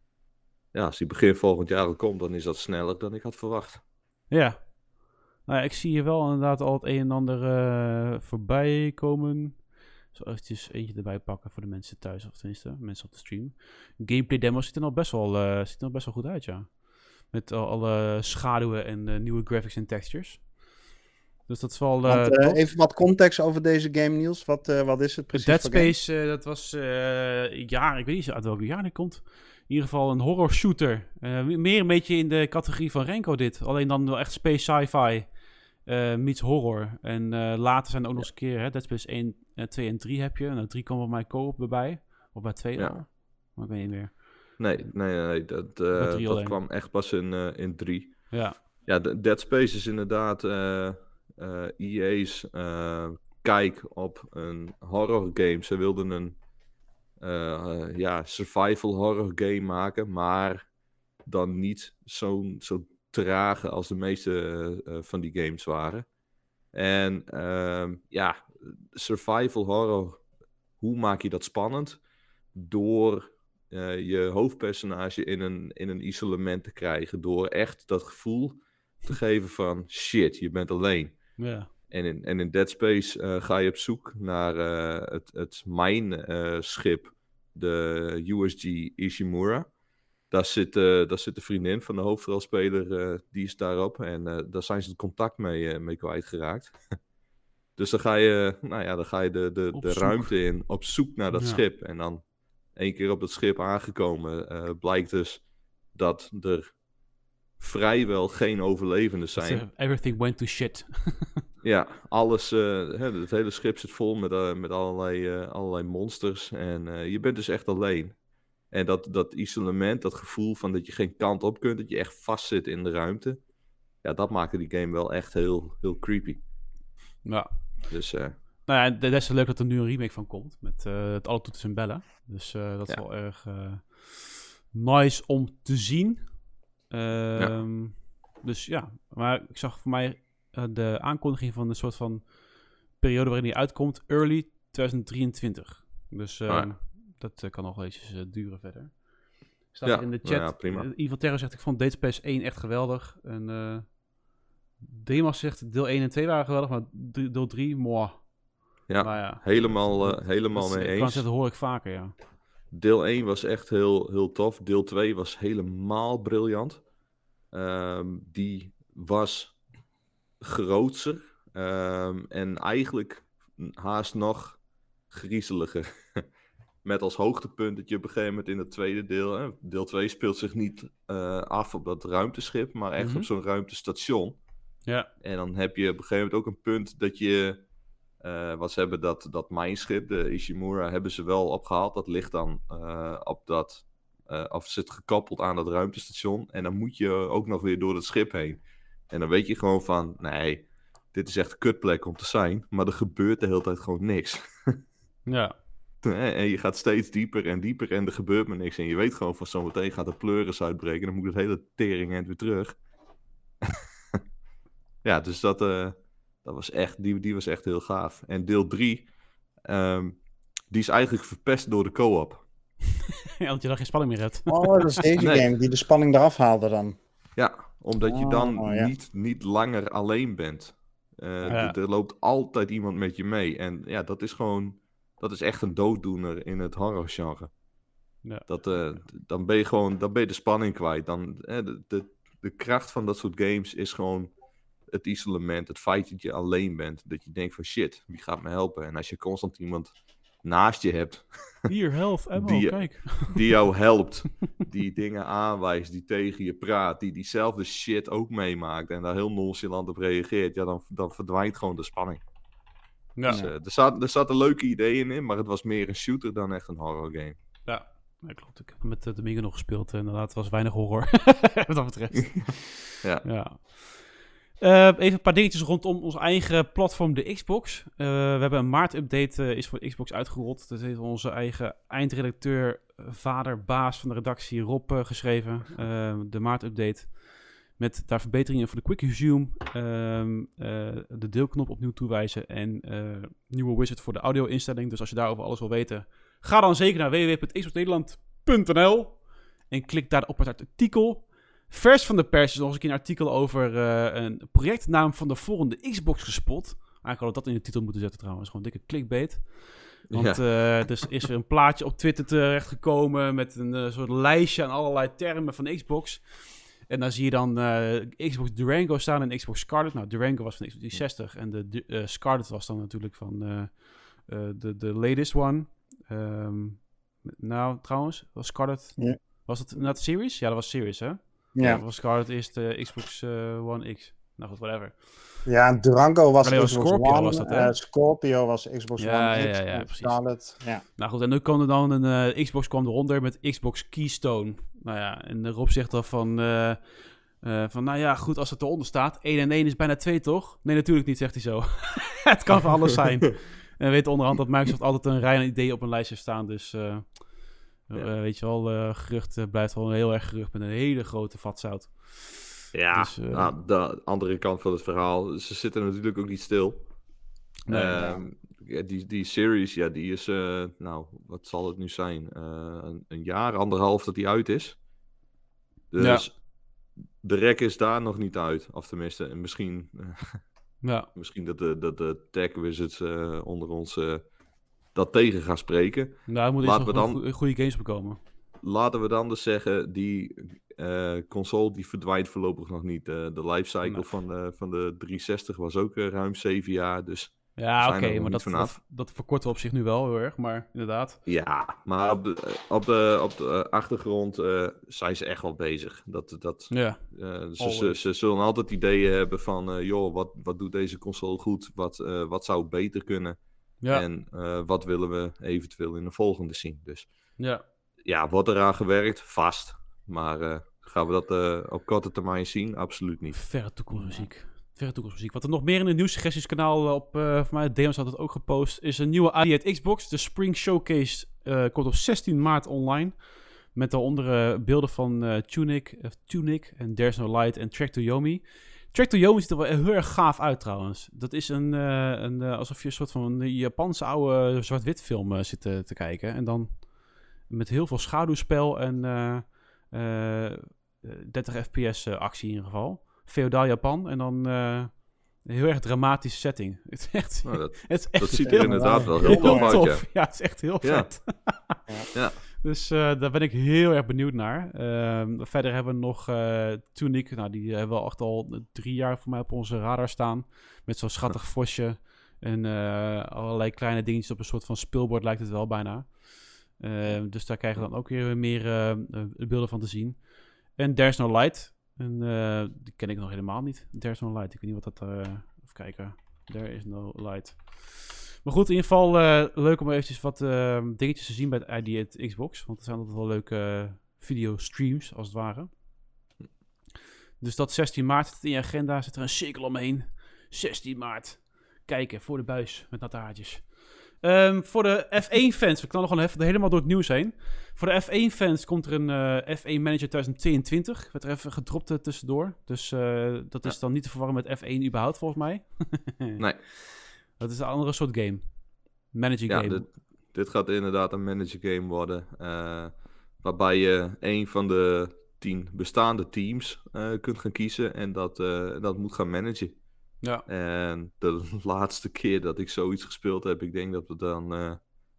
S4: ja, als die begin volgend jaar al komt, dan is dat sneller dan ik had verwacht.
S1: Ja. Nou ja, ik zie hier wel inderdaad al het een en ander uh, voorbij komen. Zo eventjes eentje erbij pakken voor de mensen thuis, of tenminste mensen op de stream. Gameplay demos ziet er nog best wel, uh, ziet er nog best wel goed uit, ja. Met uh, alle schaduwen en uh, nieuwe graphics en textures. Dus dat is wel... Uh,
S5: Want, uh, even wat context over deze game, Niels. Wat, uh, wat is het precies?
S1: Dead Space, uh, dat was uh, jaar, ik weet niet uit welke jaar die komt. In ieder geval een horror shooter. Uh, meer een beetje in de categorie van Renko dit. Alleen dan wel echt space sci-fi. Uh, meets horror. En uh, later zijn er ook nog eens een keer, hè, Dead Space één, twee en drie heb je. En nou, drie kwam bij mij co-op erbij. Of bij twee ja. al. Maar ik weet niet meer.
S4: Nee, nee, nee. Dat, uh, dat kwam echt pas in, uh, in drie.
S1: Ja.
S4: Ja, Dead Space is inderdaad uh, uh, E A's uh, kijk op een horror game. Ze wilden een uh, uh, ja, survival horror game maken, maar dan niet zo'n zo trage als de meeste uh, van die games waren. En uh, ja, survival horror, hoe maak je dat spannend? Door uh, je hoofdpersonage in een, in een isolement te krijgen. Door echt dat gevoel te geven van shit, je bent alleen.
S1: Ja.
S4: En in, en in Dead Space uh, ga je op zoek naar uh, het, het mijnschip, uh, de U S G Ishimura. Daar zit, uh, daar zit de vriendin van de hoofdrolspeler, uh, die is daarop. En uh, daar zijn ze het contact mee, uh, mee kwijtgeraakt. Dus dan ga je, nou ja, dan ga je de, de, de ruimte in op zoek naar dat ja. schip. En dan één keer op dat schip aangekomen, uh, blijkt dus dat er vrijwel geen overlevenden zijn.
S1: So everything went to shit.
S4: Ja, alles, uh, het hele schip zit vol met, uh, met allerlei, uh, allerlei monsters. En uh, je bent dus echt alleen. En dat, dat isolement, dat gevoel van dat je geen kant op kunt, dat je echt vastzit in de ruimte. Ja, dat maakte die game wel echt heel, heel creepy.
S1: Ja.
S4: Dus uh,
S1: nou ja, des is leuk dat er nu een remake van komt. Met uh, het alle toeters en bellen. Dus uh, dat is ja. wel erg uh, nice om te zien. Uh, ja. Dus ja, maar ik zag voor mij uh, de aankondiging van een soort van periode waarin die uitkomt. Early twintig drieëntwintig. Dus uh, oh ja. dat uh, kan nog wel eens uh, duren verder. Staat ja. in de chat. Ja, prima. Evil Terror zegt, ik vond Dead Space één echt geweldig. En uh, Demas zegt, deel één en twee waren geweldig, maar deel drie, moi.
S4: Ja, maar ja, helemaal, uh, helemaal
S1: dat,
S4: mee eens.
S1: Ik kan zeggen, dat hoor ik vaker, ja.
S4: Deel één was echt heel, heel tof. Deel twee was helemaal briljant. Um, die was grootser. Um, en eigenlijk haast nog griezeliger. Met als hoogtepunt dat je op een gegeven moment in het tweede deel... Hè, deel twee speelt zich niet uh, af op dat ruimteschip, maar echt mm-hmm. op zo'n ruimtestation.
S1: Ja.
S4: En dan heb je op een gegeven moment ook een punt dat je... Uh, wat ze hebben, dat, dat mijnschip, de Ishimura, hebben ze wel opgehaald. Dat ligt dan uh, op dat... Uh, of zit gekoppeld aan dat ruimtestation. En dan moet je ook nog weer door het schip heen. En dan weet je gewoon van... Nee, dit is echt een kutplek om te zijn. Maar er gebeurt de hele tijd gewoon niks.
S1: Ja.
S4: En je gaat steeds dieper en dieper en er gebeurt maar niks. En je weet gewoon van zometeen gaat de pleuris uitbreken. En dan moet het hele tering weer terug. Ja, dus dat, uh, dat was echt, die, die was echt heel gaaf. En deel drie, um, die is eigenlijk verpest door de co-op.
S1: Ja, want je dan geen spanning meer hebt.
S5: Oh, dat is deze nee. game die de spanning eraf haalde dan.
S4: Ja, omdat je dan
S5: oh, ja.
S4: niet, niet langer alleen bent. Uh,
S1: ja.
S4: d- er loopt altijd iemand met je mee. En ja, dat is gewoon... Dat is echt een dooddoener in het horrorgenre.
S1: Ja.
S4: Dat, uh, dan ben je gewoon dan ben je de spanning kwijt. Dan, eh, de, de, de kracht van dat soort games is gewoon het isolement. Het feit dat je alleen bent. Dat je denkt van shit, wie gaat me helpen? En als je constant iemand naast je hebt...
S1: Hier, help, Emma,
S4: die,
S1: kijk.
S4: Die jou helpt. Die dingen aanwijst. Die tegen je praat. Die diezelfde shit ook meemaakt. En daar heel nonchalant op reageert. Ja, dan, dan verdwijnt gewoon de spanning.
S1: Ja.
S4: Dus, uh, er, zat, er zaten leuke ideeën in, maar het was meer een shooter dan echt een horror game.
S1: Ja, ja klopt. Ik heb met uh, Domingo nog gespeeld en inderdaad, het was weinig horror. Wat dat betreft.
S4: Ja.
S1: ja. Uh, even een paar dingetjes rondom ons eigen platform, de Xbox. Uh, we hebben een maart-update, uh, is voor Xbox uitgerold. Dat heeft onze eigen eindredacteur, vader, baas van de redactie Rob uh, geschreven. Uh, de maart-update. Met daar verbeteringen voor de Quick Resume, um, uh, de deelknop opnieuw toewijzen en uh, nieuwe wizard voor de audio-instelling. Dus als je daarover alles wil weten, ga dan zeker naar w w w punt xbox nederland punt n l en klik daar op het artikel. Vers van de pers is nog eens een keer een artikel over uh, een projectnaam van de volgende Xbox gespot. Eigenlijk hadden we dat in de titel moeten zetten trouwens, gewoon dikke clickbait. Want ja. uh, dus is er een plaatje op Twitter terechtgekomen met een uh, soort lijstje aan allerlei termen van de Xbox. En dan zie je dan uh, Xbox Durango staan en Xbox Scarlet. Nou, Durango was van Xbox driehonderdzestig en de uh, Scarlet was dan natuurlijk van uh, uh, de, de latest one. Um, nou, trouwens, was Scarlet... Ja. Was het inderdaad Series? Ja, dat was Series, hè?
S5: Ja.
S1: ja was Scarlet is de Xbox uh, One X. Nou goed, whatever.
S5: Ja, Durango was
S1: Xbox
S5: Scorpio
S1: One. Was dat, hè?
S5: Uh, Scorpio was Xbox
S1: ja,
S5: One
S1: ja,
S5: X.
S1: Ja, ja, ja, precies.
S5: Scarlet, ja.
S1: Nou goed, en nu kwam er dan een uh, Xbox kwam eronder met Xbox Keystone. Nou ja, en Rob zegt dan van... Uh, Uh, van, nou ja, goed, als het eronder staat. één en één is bijna twee, toch? Nee, natuurlijk niet, zegt hij zo. Het kan van alles zijn. En we weten onderhand dat Microsoft altijd een rij aan ideeën op een lijstje staan. Dus, uh, ja. uh, weet je wel, uh, gerucht uh, blijft wel heel erg gerucht met een hele grote vat zout.
S4: Ja,
S1: dus, uh,
S4: nou, de andere kant van het verhaal. Ze zitten natuurlijk ook niet stil.
S1: Nee,
S4: uh, ja, die, die series, ja, die is, uh, nou, wat zal het nu zijn? Uh, een, een jaar, anderhalf dat die uit is. Dus... Ja. De rek is daar nog niet uit. Of tenminste, misschien,
S1: ja.
S4: misschien dat de, dat de tech wizards uh, onder ons uh, dat tegen gaan spreken.
S1: Nou, er moet
S4: laten
S1: we
S4: dan,
S1: go- goede games bekomen.
S4: Laten we dan dus zeggen, die uh, console die verdwijnt voorlopig nog niet. Uh, de lifecycle nee. van, uh, van de driehonderdzestig was ook uh, ruim zeven jaar, dus...
S1: Ja, oké, okay, maar dat, dat, dat verkorten we op zich nu wel heel erg, maar inderdaad.
S4: Ja, maar op de, op de, op de achtergrond uh, zijn ze echt wel bezig. Dat, dat,
S1: ja.
S4: uh, ze, ze, ze zullen altijd ideeën hebben van, uh, joh, wat, wat doet deze console goed? Wat, uh, wat zou beter kunnen? Ja. En uh, wat willen we eventueel in de volgende zien? Dus
S1: ja,
S4: ja wordt eraan gewerkt? Vast. Maar uh, gaan we dat uh, op korte termijn zien? Absoluut niet.
S1: Verre toekomstmuziek. verre toekomstmuziek. Wat er nog meer in het nieuwssuggestieskanaal op, uh, voor mij, Deons had het ook gepost, is een nieuwe I D at Xbox. De Spring Showcase uh, komt op zestien maart online. Met daaronder uh, beelden van uh, Tunic, uh, Tunic en There's No Light en Track to Yomi. Track to Yomi ziet er wel heel erg gaaf uit trouwens. Dat is een, uh, een uh, alsof je een soort van een Japanse oude zwart-wit film uh, zit uh, te kijken. En dan met heel veel schaduwspel en uh, uh, dertig F P S uh, actie in ieder geval. Feodaal Japan en dan uh, een heel erg dramatische setting. Het is echt,
S4: Nou, dat,
S1: het is echt
S4: dat ziet er
S1: heel,
S4: inderdaad wel heel
S1: heel
S4: tof uit, ja.
S1: tof. Ja, het is echt heel
S4: Ja.
S1: vet.
S4: Ja.
S1: Dus uh, daar ben ik heel erg benieuwd naar. Uh, verder hebben we nog uh, Tunic. Nou, die hebben we echt al drie jaar voor mij op onze radar staan. Met zo'n schattig vosje. En uh, allerlei kleine dingetjes op een soort van speelbord lijkt het wel bijna. Uh, dus daar krijgen we dan ook weer meer uh, uh, beelden van te zien. En There's No Light. En, uh, die ken ik nog helemaal niet. There's No Light. Ik weet niet wat dat... Uh, even kijken. There is no light. Maar goed, in ieder geval uh, leuk om eventjes wat uh, dingetjes te zien bij het I D at Xbox. Want er zijn altijd wel leuke uh, videostreams, als het ware. Dus dat zestien maart in je agenda zit er een cirkel omheen. zestien maart. Kijken, voor de buis, met natte haartjes. Um, voor de F één fans, we knallen gewoon even helemaal door het nieuws heen. Voor de F één fans komt er een uh, F één Manager twintig tweeëntwintig. Werd er even gedropt uh, tussendoor. Dus uh, dat is
S4: Ja.
S1: dan niet te verwarren met F één überhaupt, volgens mij.
S4: Nee.
S1: Dat is een andere soort game. Manager
S4: Ja,
S1: game.
S4: dit, dit gaat inderdaad een manager game worden. Uh, waarbij je een van de tien bestaande teams uh, kunt gaan kiezen. En dat, uh, dat moet gaan managen.
S1: Ja.
S4: En de laatste keer dat ik zoiets gespeeld heb, ik denk dat we dan... Uh,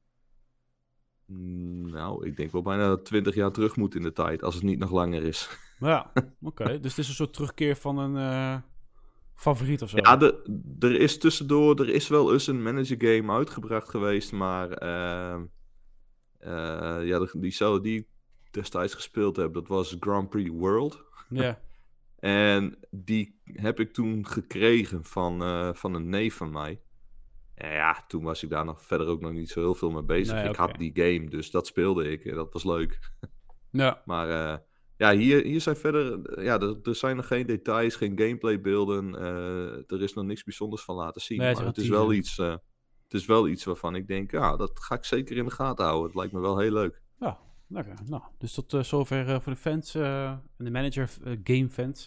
S4: nou, ik denk wel bijna twintig jaar terug moeten in de tijd. Als het niet nog langer is.
S1: Ja, oké. Okay. Dus het is een soort terugkeer van een uh, favoriet of zo.
S4: Ja, de, er is tussendoor, er is wel eens een manager game uitgebracht geweest, maar uh, uh, ja, die zou die ik destijds gespeeld heb, dat was Grand Prix World.
S1: Ja.
S4: En die heb ik toen gekregen van, uh, van een neef van mij. En ja, toen was ik daar nog verder ook nog niet zo heel veel mee bezig.
S1: Nee,
S4: ik
S1: okay.
S4: had die game, dus dat speelde ik en dat was leuk.
S1: Ja.
S4: Maar uh, ja, hier, hier zijn verder... Ja, er, er zijn nog geen details, geen gameplaybeelden. Uh, er is nog niks bijzonders van laten zien.
S1: Nee,
S4: maar het is, wel iets, uh, het is wel iets waarvan ik denk... Ja, dat ga ik zeker in de gaten houden. Het lijkt me wel heel leuk.
S1: Ja, lekker. Nou, dus tot uh, zover uh, voor de fans uh, en de manager uh, game fans.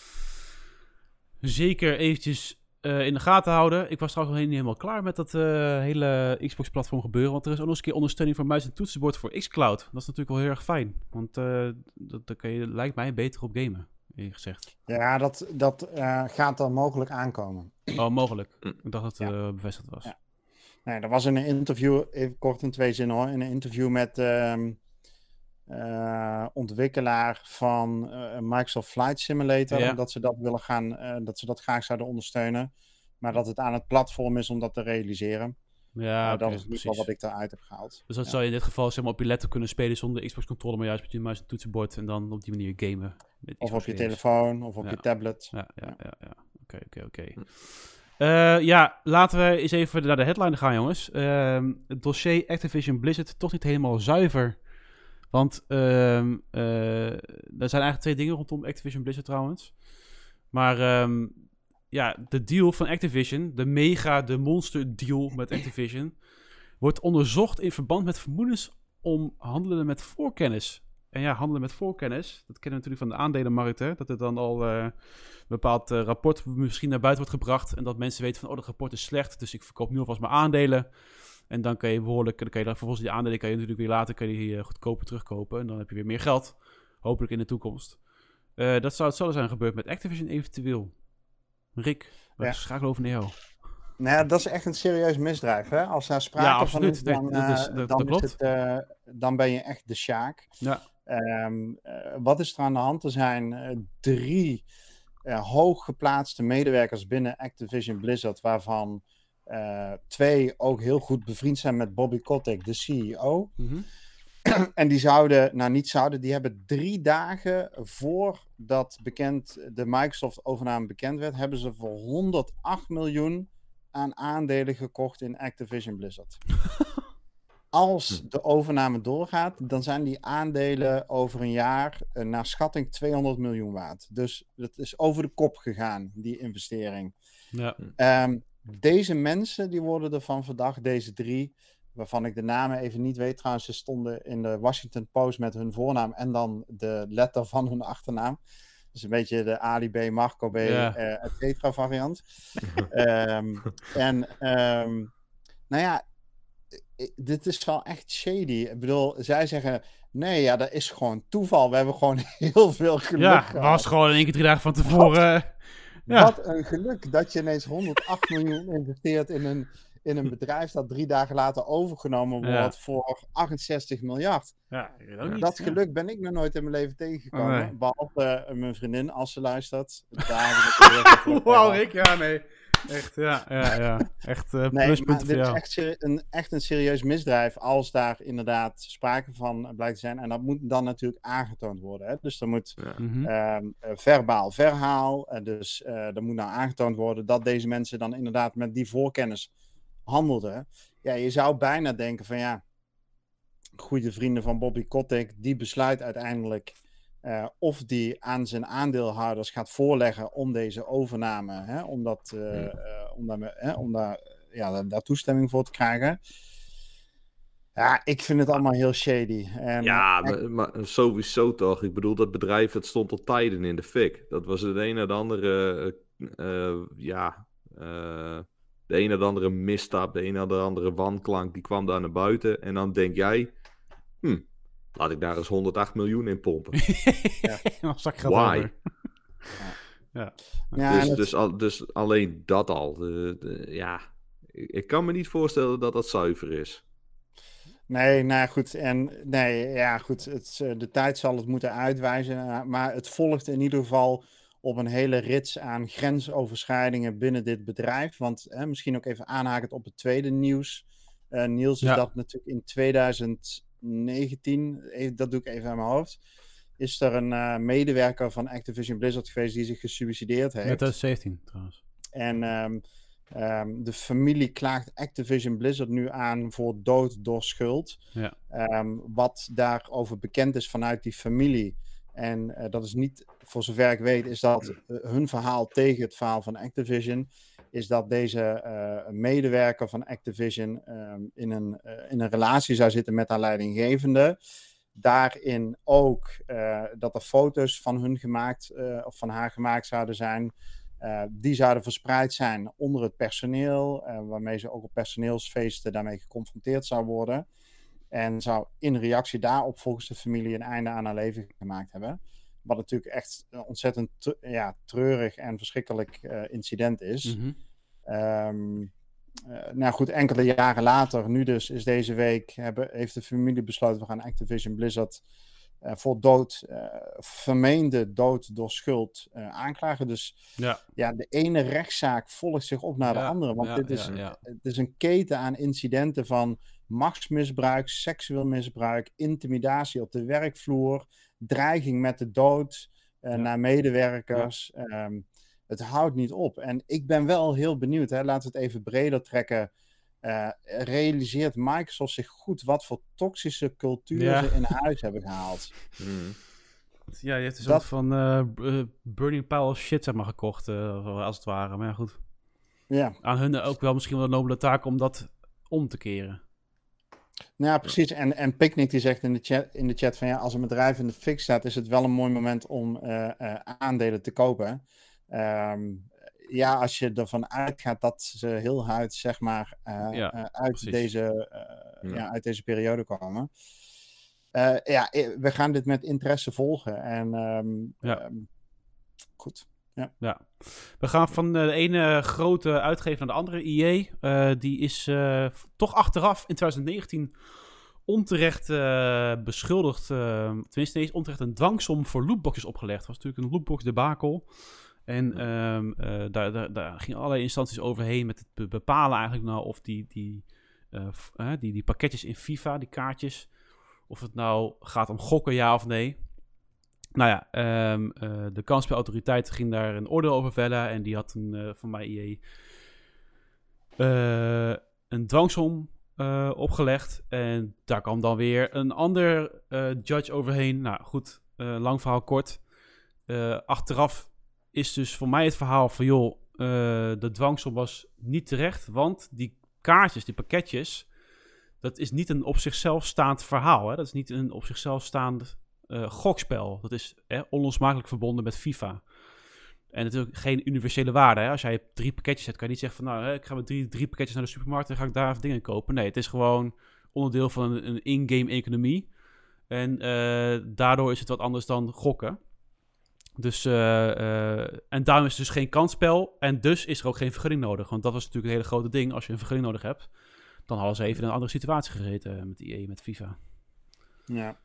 S1: Zeker eventjes uh, in de gaten houden. Ik was trouwens nog niet helemaal klaar met dat uh, hele Xbox-platform gebeuren. Want er is ook nog eens een keer ondersteuning voor muis en toetsenbord voor xCloud. Dat is natuurlijk wel heel erg fijn. Want uh, dat, daar kan je, lijkt mij, beter op gamen, eerlijk gezegd.
S5: Ja, dat, dat uh, gaat dan mogelijk aankomen.
S1: Oh, mogelijk. Ik dacht dat het
S5: Ja.
S1: uh, bevestigd was.
S5: Ja. Nee, er was in een interview, even kort in twee zinnen hoor, in een interview met uh, uh, ontwikkelaar van uh, Microsoft Flight Simulator,
S1: Ja.
S5: dat ze dat willen gaan, uh, dat ze dat graag zouden ondersteunen, maar dat het aan het platform is om dat te realiseren.
S1: Ja,
S5: uh,
S1: okay,
S5: dat is in ieder geval
S1: precies.
S5: wat ik eruit heb gehaald.
S1: Dus dat
S5: Ja.
S1: zou je in dit geval zeg maar, op je laptop kunnen spelen zonder Xbox-controller, maar juist met je muis en toetsenbord en dan op die manier gamen. Met
S5: Of op
S1: Xbox
S5: je
S1: games.
S5: telefoon, of op
S1: Ja.
S5: je tablet.
S1: Ja, ja, ja. ja. Oké, oké, oké. Uh, ja, laten we eens even naar de headline gaan, jongens. Uh, het dossier Activision Blizzard toch niet helemaal zuiver. Want uh, uh, er zijn eigenlijk twee dingen rondom Activision Blizzard trouwens. Maar um, ja, de deal van Activision, de mega, de monster deal met Activision, wordt onderzocht in verband met vermoedens om handelen met voorkennis. En ja, handelen met voorkennis, dat kennen we natuurlijk van de aandelenmarkt, hè? Dat er dan al uh, een bepaald uh, rapport misschien naar buiten wordt gebracht en dat mensen weten van, oh, dat rapport is slecht, dus ik verkoop nu alvast mijn aandelen. En dan kan je behoorlijk, dan kan je dan vervolgens die aandelen kan je natuurlijk weer later kan je die, uh, goedkoper terugkopen en dan heb je weer meer geld, hopelijk in de toekomst. Uh, dat zou hetzelfde zijn gebeurd met Activision eventueel. Rick, we
S5: Ja.
S1: schakelen over naar jou.
S5: Nou ja, dat is echt een serieus misdrijf, hè? Als daar sprake
S1: Ja,
S5: van
S1: absoluut.
S5: is, dan,
S1: Nee, dat is-
S5: uh,
S1: dat-
S5: dan,
S1: dat
S5: is
S1: klopt.
S5: het, uh, dan ben je echt de sjaak.
S1: Ja.
S5: Um, uh, wat is er aan de hand? Er zijn uh, drie uh, hooggeplaatste medewerkers binnen Activision Blizzard, waarvan uh, twee ook heel goed bevriend zijn met Bobby Kotick, de C E O.
S1: Mm-hmm.
S5: En die zouden, nou niet zouden, die hebben drie dagen voordat bekend, de Microsoft-overname bekend werd, hebben ze voor honderdacht miljoen aan aandelen gekocht in Activision Blizzard. als
S4: Hm.
S5: de overname doorgaat, dan zijn die aandelen over een jaar uh, naar schatting tweehonderd miljoen waard. Dus dat is over de kop gegaan, die investering.
S1: Ja.
S5: Um, deze mensen, die worden ervan verdacht, deze drie, waarvan ik de namen even niet weet. Trouwens, ze stonden in de Washington Post met hun voornaam en dan de letter van hun achternaam. Dus een beetje de Ali B, Marco B,
S1: Ja.
S5: uh, et cetera variant. um, en um, nou ja, dit is wel echt shady. Ik bedoel, zij zeggen, nee, ja, dat is gewoon toeval. We hebben gewoon heel veel geluk
S1: Ja,
S5: gehad.
S1: was gewoon in één keer drie dagen van tevoren.
S5: Wat,
S1: ja.
S5: wat een geluk dat je ineens honderdacht miljoen investeert in een, in een bedrijf dat drie dagen later overgenomen wordt
S1: Ja.
S5: voor achtenzestig miljard.
S1: Ja, ik weet ook niet.
S5: Dat
S1: ja.
S5: geluk ben ik nog nooit in mijn leven tegengekomen.
S1: Nee.
S5: Behalve uh, mijn vriendin, als ze luistert. Daar heb ik het heel
S1: Wauw, Rick, ja, nee. Echt, ja, ja, ja. Echt uh,
S5: Nee, maar
S1: pluspunten
S5: dit
S1: voor
S5: is
S1: jou.
S5: echt, seri- een, echt een serieus misdrijf als daar inderdaad sprake van blijkt te zijn. En dat moet dan natuurlijk aangetoond worden. Hè? Dus er moet
S4: Ja.
S1: Mhm.
S5: uh, verbaal verhaal. Uh, dus uh, er moet nou aangetoond worden dat deze mensen dan inderdaad met die voorkennis handelden. Ja, je zou bijna denken van ja, goede vrienden van Bobby Kotick, die besluit uiteindelijk uh, of die aan zijn aandeelhouders gaat voorleggen om deze overname, hè, om, dat, uh, uh, om, daar, hè, om daar, ja, daar toestemming voor te krijgen. Ja, ik vind het allemaal heel shady. En,
S4: Ja,
S5: uh,
S4: maar, maar sowieso toch. Ik bedoel, dat bedrijf dat stond al tijden in de fik. Dat was het een naar de andere, uh, uh, ja, uh, de een naar de andere misstap, de een naar de andere wanklank, die kwam daar naar buiten. En dan denk jij, hm, laat ik daar eens honderdacht miljoen in pompen.
S1: Ja. Dan zak geld
S4: Why?
S1: over. Ja.
S5: ja,
S4: dus,
S5: en het-
S4: dus, al, dus alleen dat al. De, de, ja, ik, ik kan me niet voorstellen dat dat zuiver is.
S5: Nee, nou goed. En nee, ja, goed. Het, de tijd zal het moeten uitwijzen. Maar het volgt in ieder geval op een hele rits aan grensoverschrijdingen binnen dit bedrijf. Want hè, misschien ook even aanhakend op het tweede nieuws. Uh, Niels, is
S1: Ja.
S5: dat natuurlijk in twintig negentien, dat doe ik even aan mijn hoofd, is er een uh, medewerker van Activision Blizzard geweest die zich gesuicideerd heeft.
S1: twintig zeventien trouwens.
S5: En um, um, de familie klaagt Activision Blizzard nu aan voor dood door schuld.
S1: Ja.
S5: Um, wat daarover bekend is vanuit die familie. En uh, dat is niet, voor zover ik weet, is dat uh, hun verhaal tegen het verhaal van Activision. Is dat deze uh, medewerker van Activision um, in, een, uh, in een relatie zou zitten met haar leidinggevende. Daarin ook uh, dat er foto's van hun gemaakt, uh, of van haar gemaakt zouden zijn. Uh, die zouden verspreid zijn onder het personeel, uh, waarmee ze ook op personeelsfeesten daarmee geconfronteerd zou worden. En zou in reactie daarop volgens de familie een einde aan haar leven gemaakt hebben. Wat natuurlijk echt een ontzettend te- ja, treurig en verschrikkelijk uh, incident is.
S1: Mm-hmm.
S5: Um, uh, nou goed, enkele jaren later, nu dus, is deze week, hebben, heeft de familie besloten, we gaan Activision Blizzard uh, voor dood, uh, vermeende dood door schuld uh, aanklagen. Dus
S1: Ja.
S5: ja, de ene rechtszaak volgt zich op naar de
S1: Ja,
S5: andere. Want
S1: ja,
S5: dit is,
S1: ja, ja.
S5: het is een keten aan incidenten van machtsmisbruik, seksueel misbruik, intimidatie op de werkvloer, dreiging met de dood uh,
S1: Ja.
S5: naar medewerkers. Ja. Um, het houdt niet op. En ik ben wel heel benieuwd, hè, laten we het even breder trekken. Uh, realiseert Microsoft zich goed wat voor toxische cultuur
S1: Ja.
S5: ze in huis hebben gehaald?
S4: Hmm.
S1: Ja, je hebt een
S5: Dat-
S1: soort van uh, uh, burning pile of shit zeg maar, gekocht, uh, als het ware. Maar ja, goed.
S5: Ja.
S1: Aan hun ook wel misschien wel een nobele taak om dat om te keren.
S5: Nou ja, precies. En, en Picnic die zegt in de, chat, in de chat van ja, als een bedrijf in de fik staat, is het wel een mooi moment om uh, uh, aandelen te kopen. Um, ja, als je ervan uitgaat dat ze heel hard, zeg maar, uh,
S1: Ja,
S5: uh, uit,
S1: precies.
S5: deze, uh,
S4: Ja.
S5: ja, uit deze periode komen. Uh, ja, we gaan dit met interesse volgen. En um,
S1: Ja.
S5: um, goed.
S1: Ja. We gaan van de ene grote uitgever naar de andere. E A, uh, die is uh, toch achteraf in twintig negentien onterecht uh, beschuldigd. Uh, tenminste, nee, is onterecht een dwangsom voor lootboxes opgelegd. Dat was natuurlijk een lootbox debakel. En um, uh, daar, daar, daar gingen allerlei instanties overheen met het be- bepalen eigenlijk nou of die, die, uh, f- uh, die, die pakketjes in FIFA, die kaartjes, of het nou gaat om gokken, ja of nee. Nou ja, um, uh, de kansspelautoriteit ging daar een oordeel over vellen en die had een, uh, van mij E A uh, een dwangsom uh, opgelegd. En daar kwam dan weer een ander uh, judge overheen. Nou goed, uh, lang verhaal kort. Uh, achteraf is dus voor mij het verhaal van... joh, uh, de dwangsom was niet terecht. Want die kaartjes, die pakketjes... dat is niet een op zichzelf staand verhaal. Hè? Dat is niet een op zichzelf staand uh, gokspel. Dat is hè, onlosmakelijk verbonden met FIFA. En natuurlijk geen universele waarde. Hè? Als jij drie pakketjes hebt, kan je niet zeggen van... nou, hè, ik ga met drie, drie pakketjes naar de supermarkt... en ga ik daar even dingen kopen. Nee, het is gewoon onderdeel van een, een in-game economie. En uh, daardoor is het wat anders dan gokken. Dus, uh, uh, en daarom is het dus geen kansspel. En dus is er ook geen vergunning nodig. Want dat was natuurlijk een hele grote ding. Als je een vergunning nodig hebt... dan hadden ze even in een andere situatie gezeten met I E, met FIFA.
S5: Ja.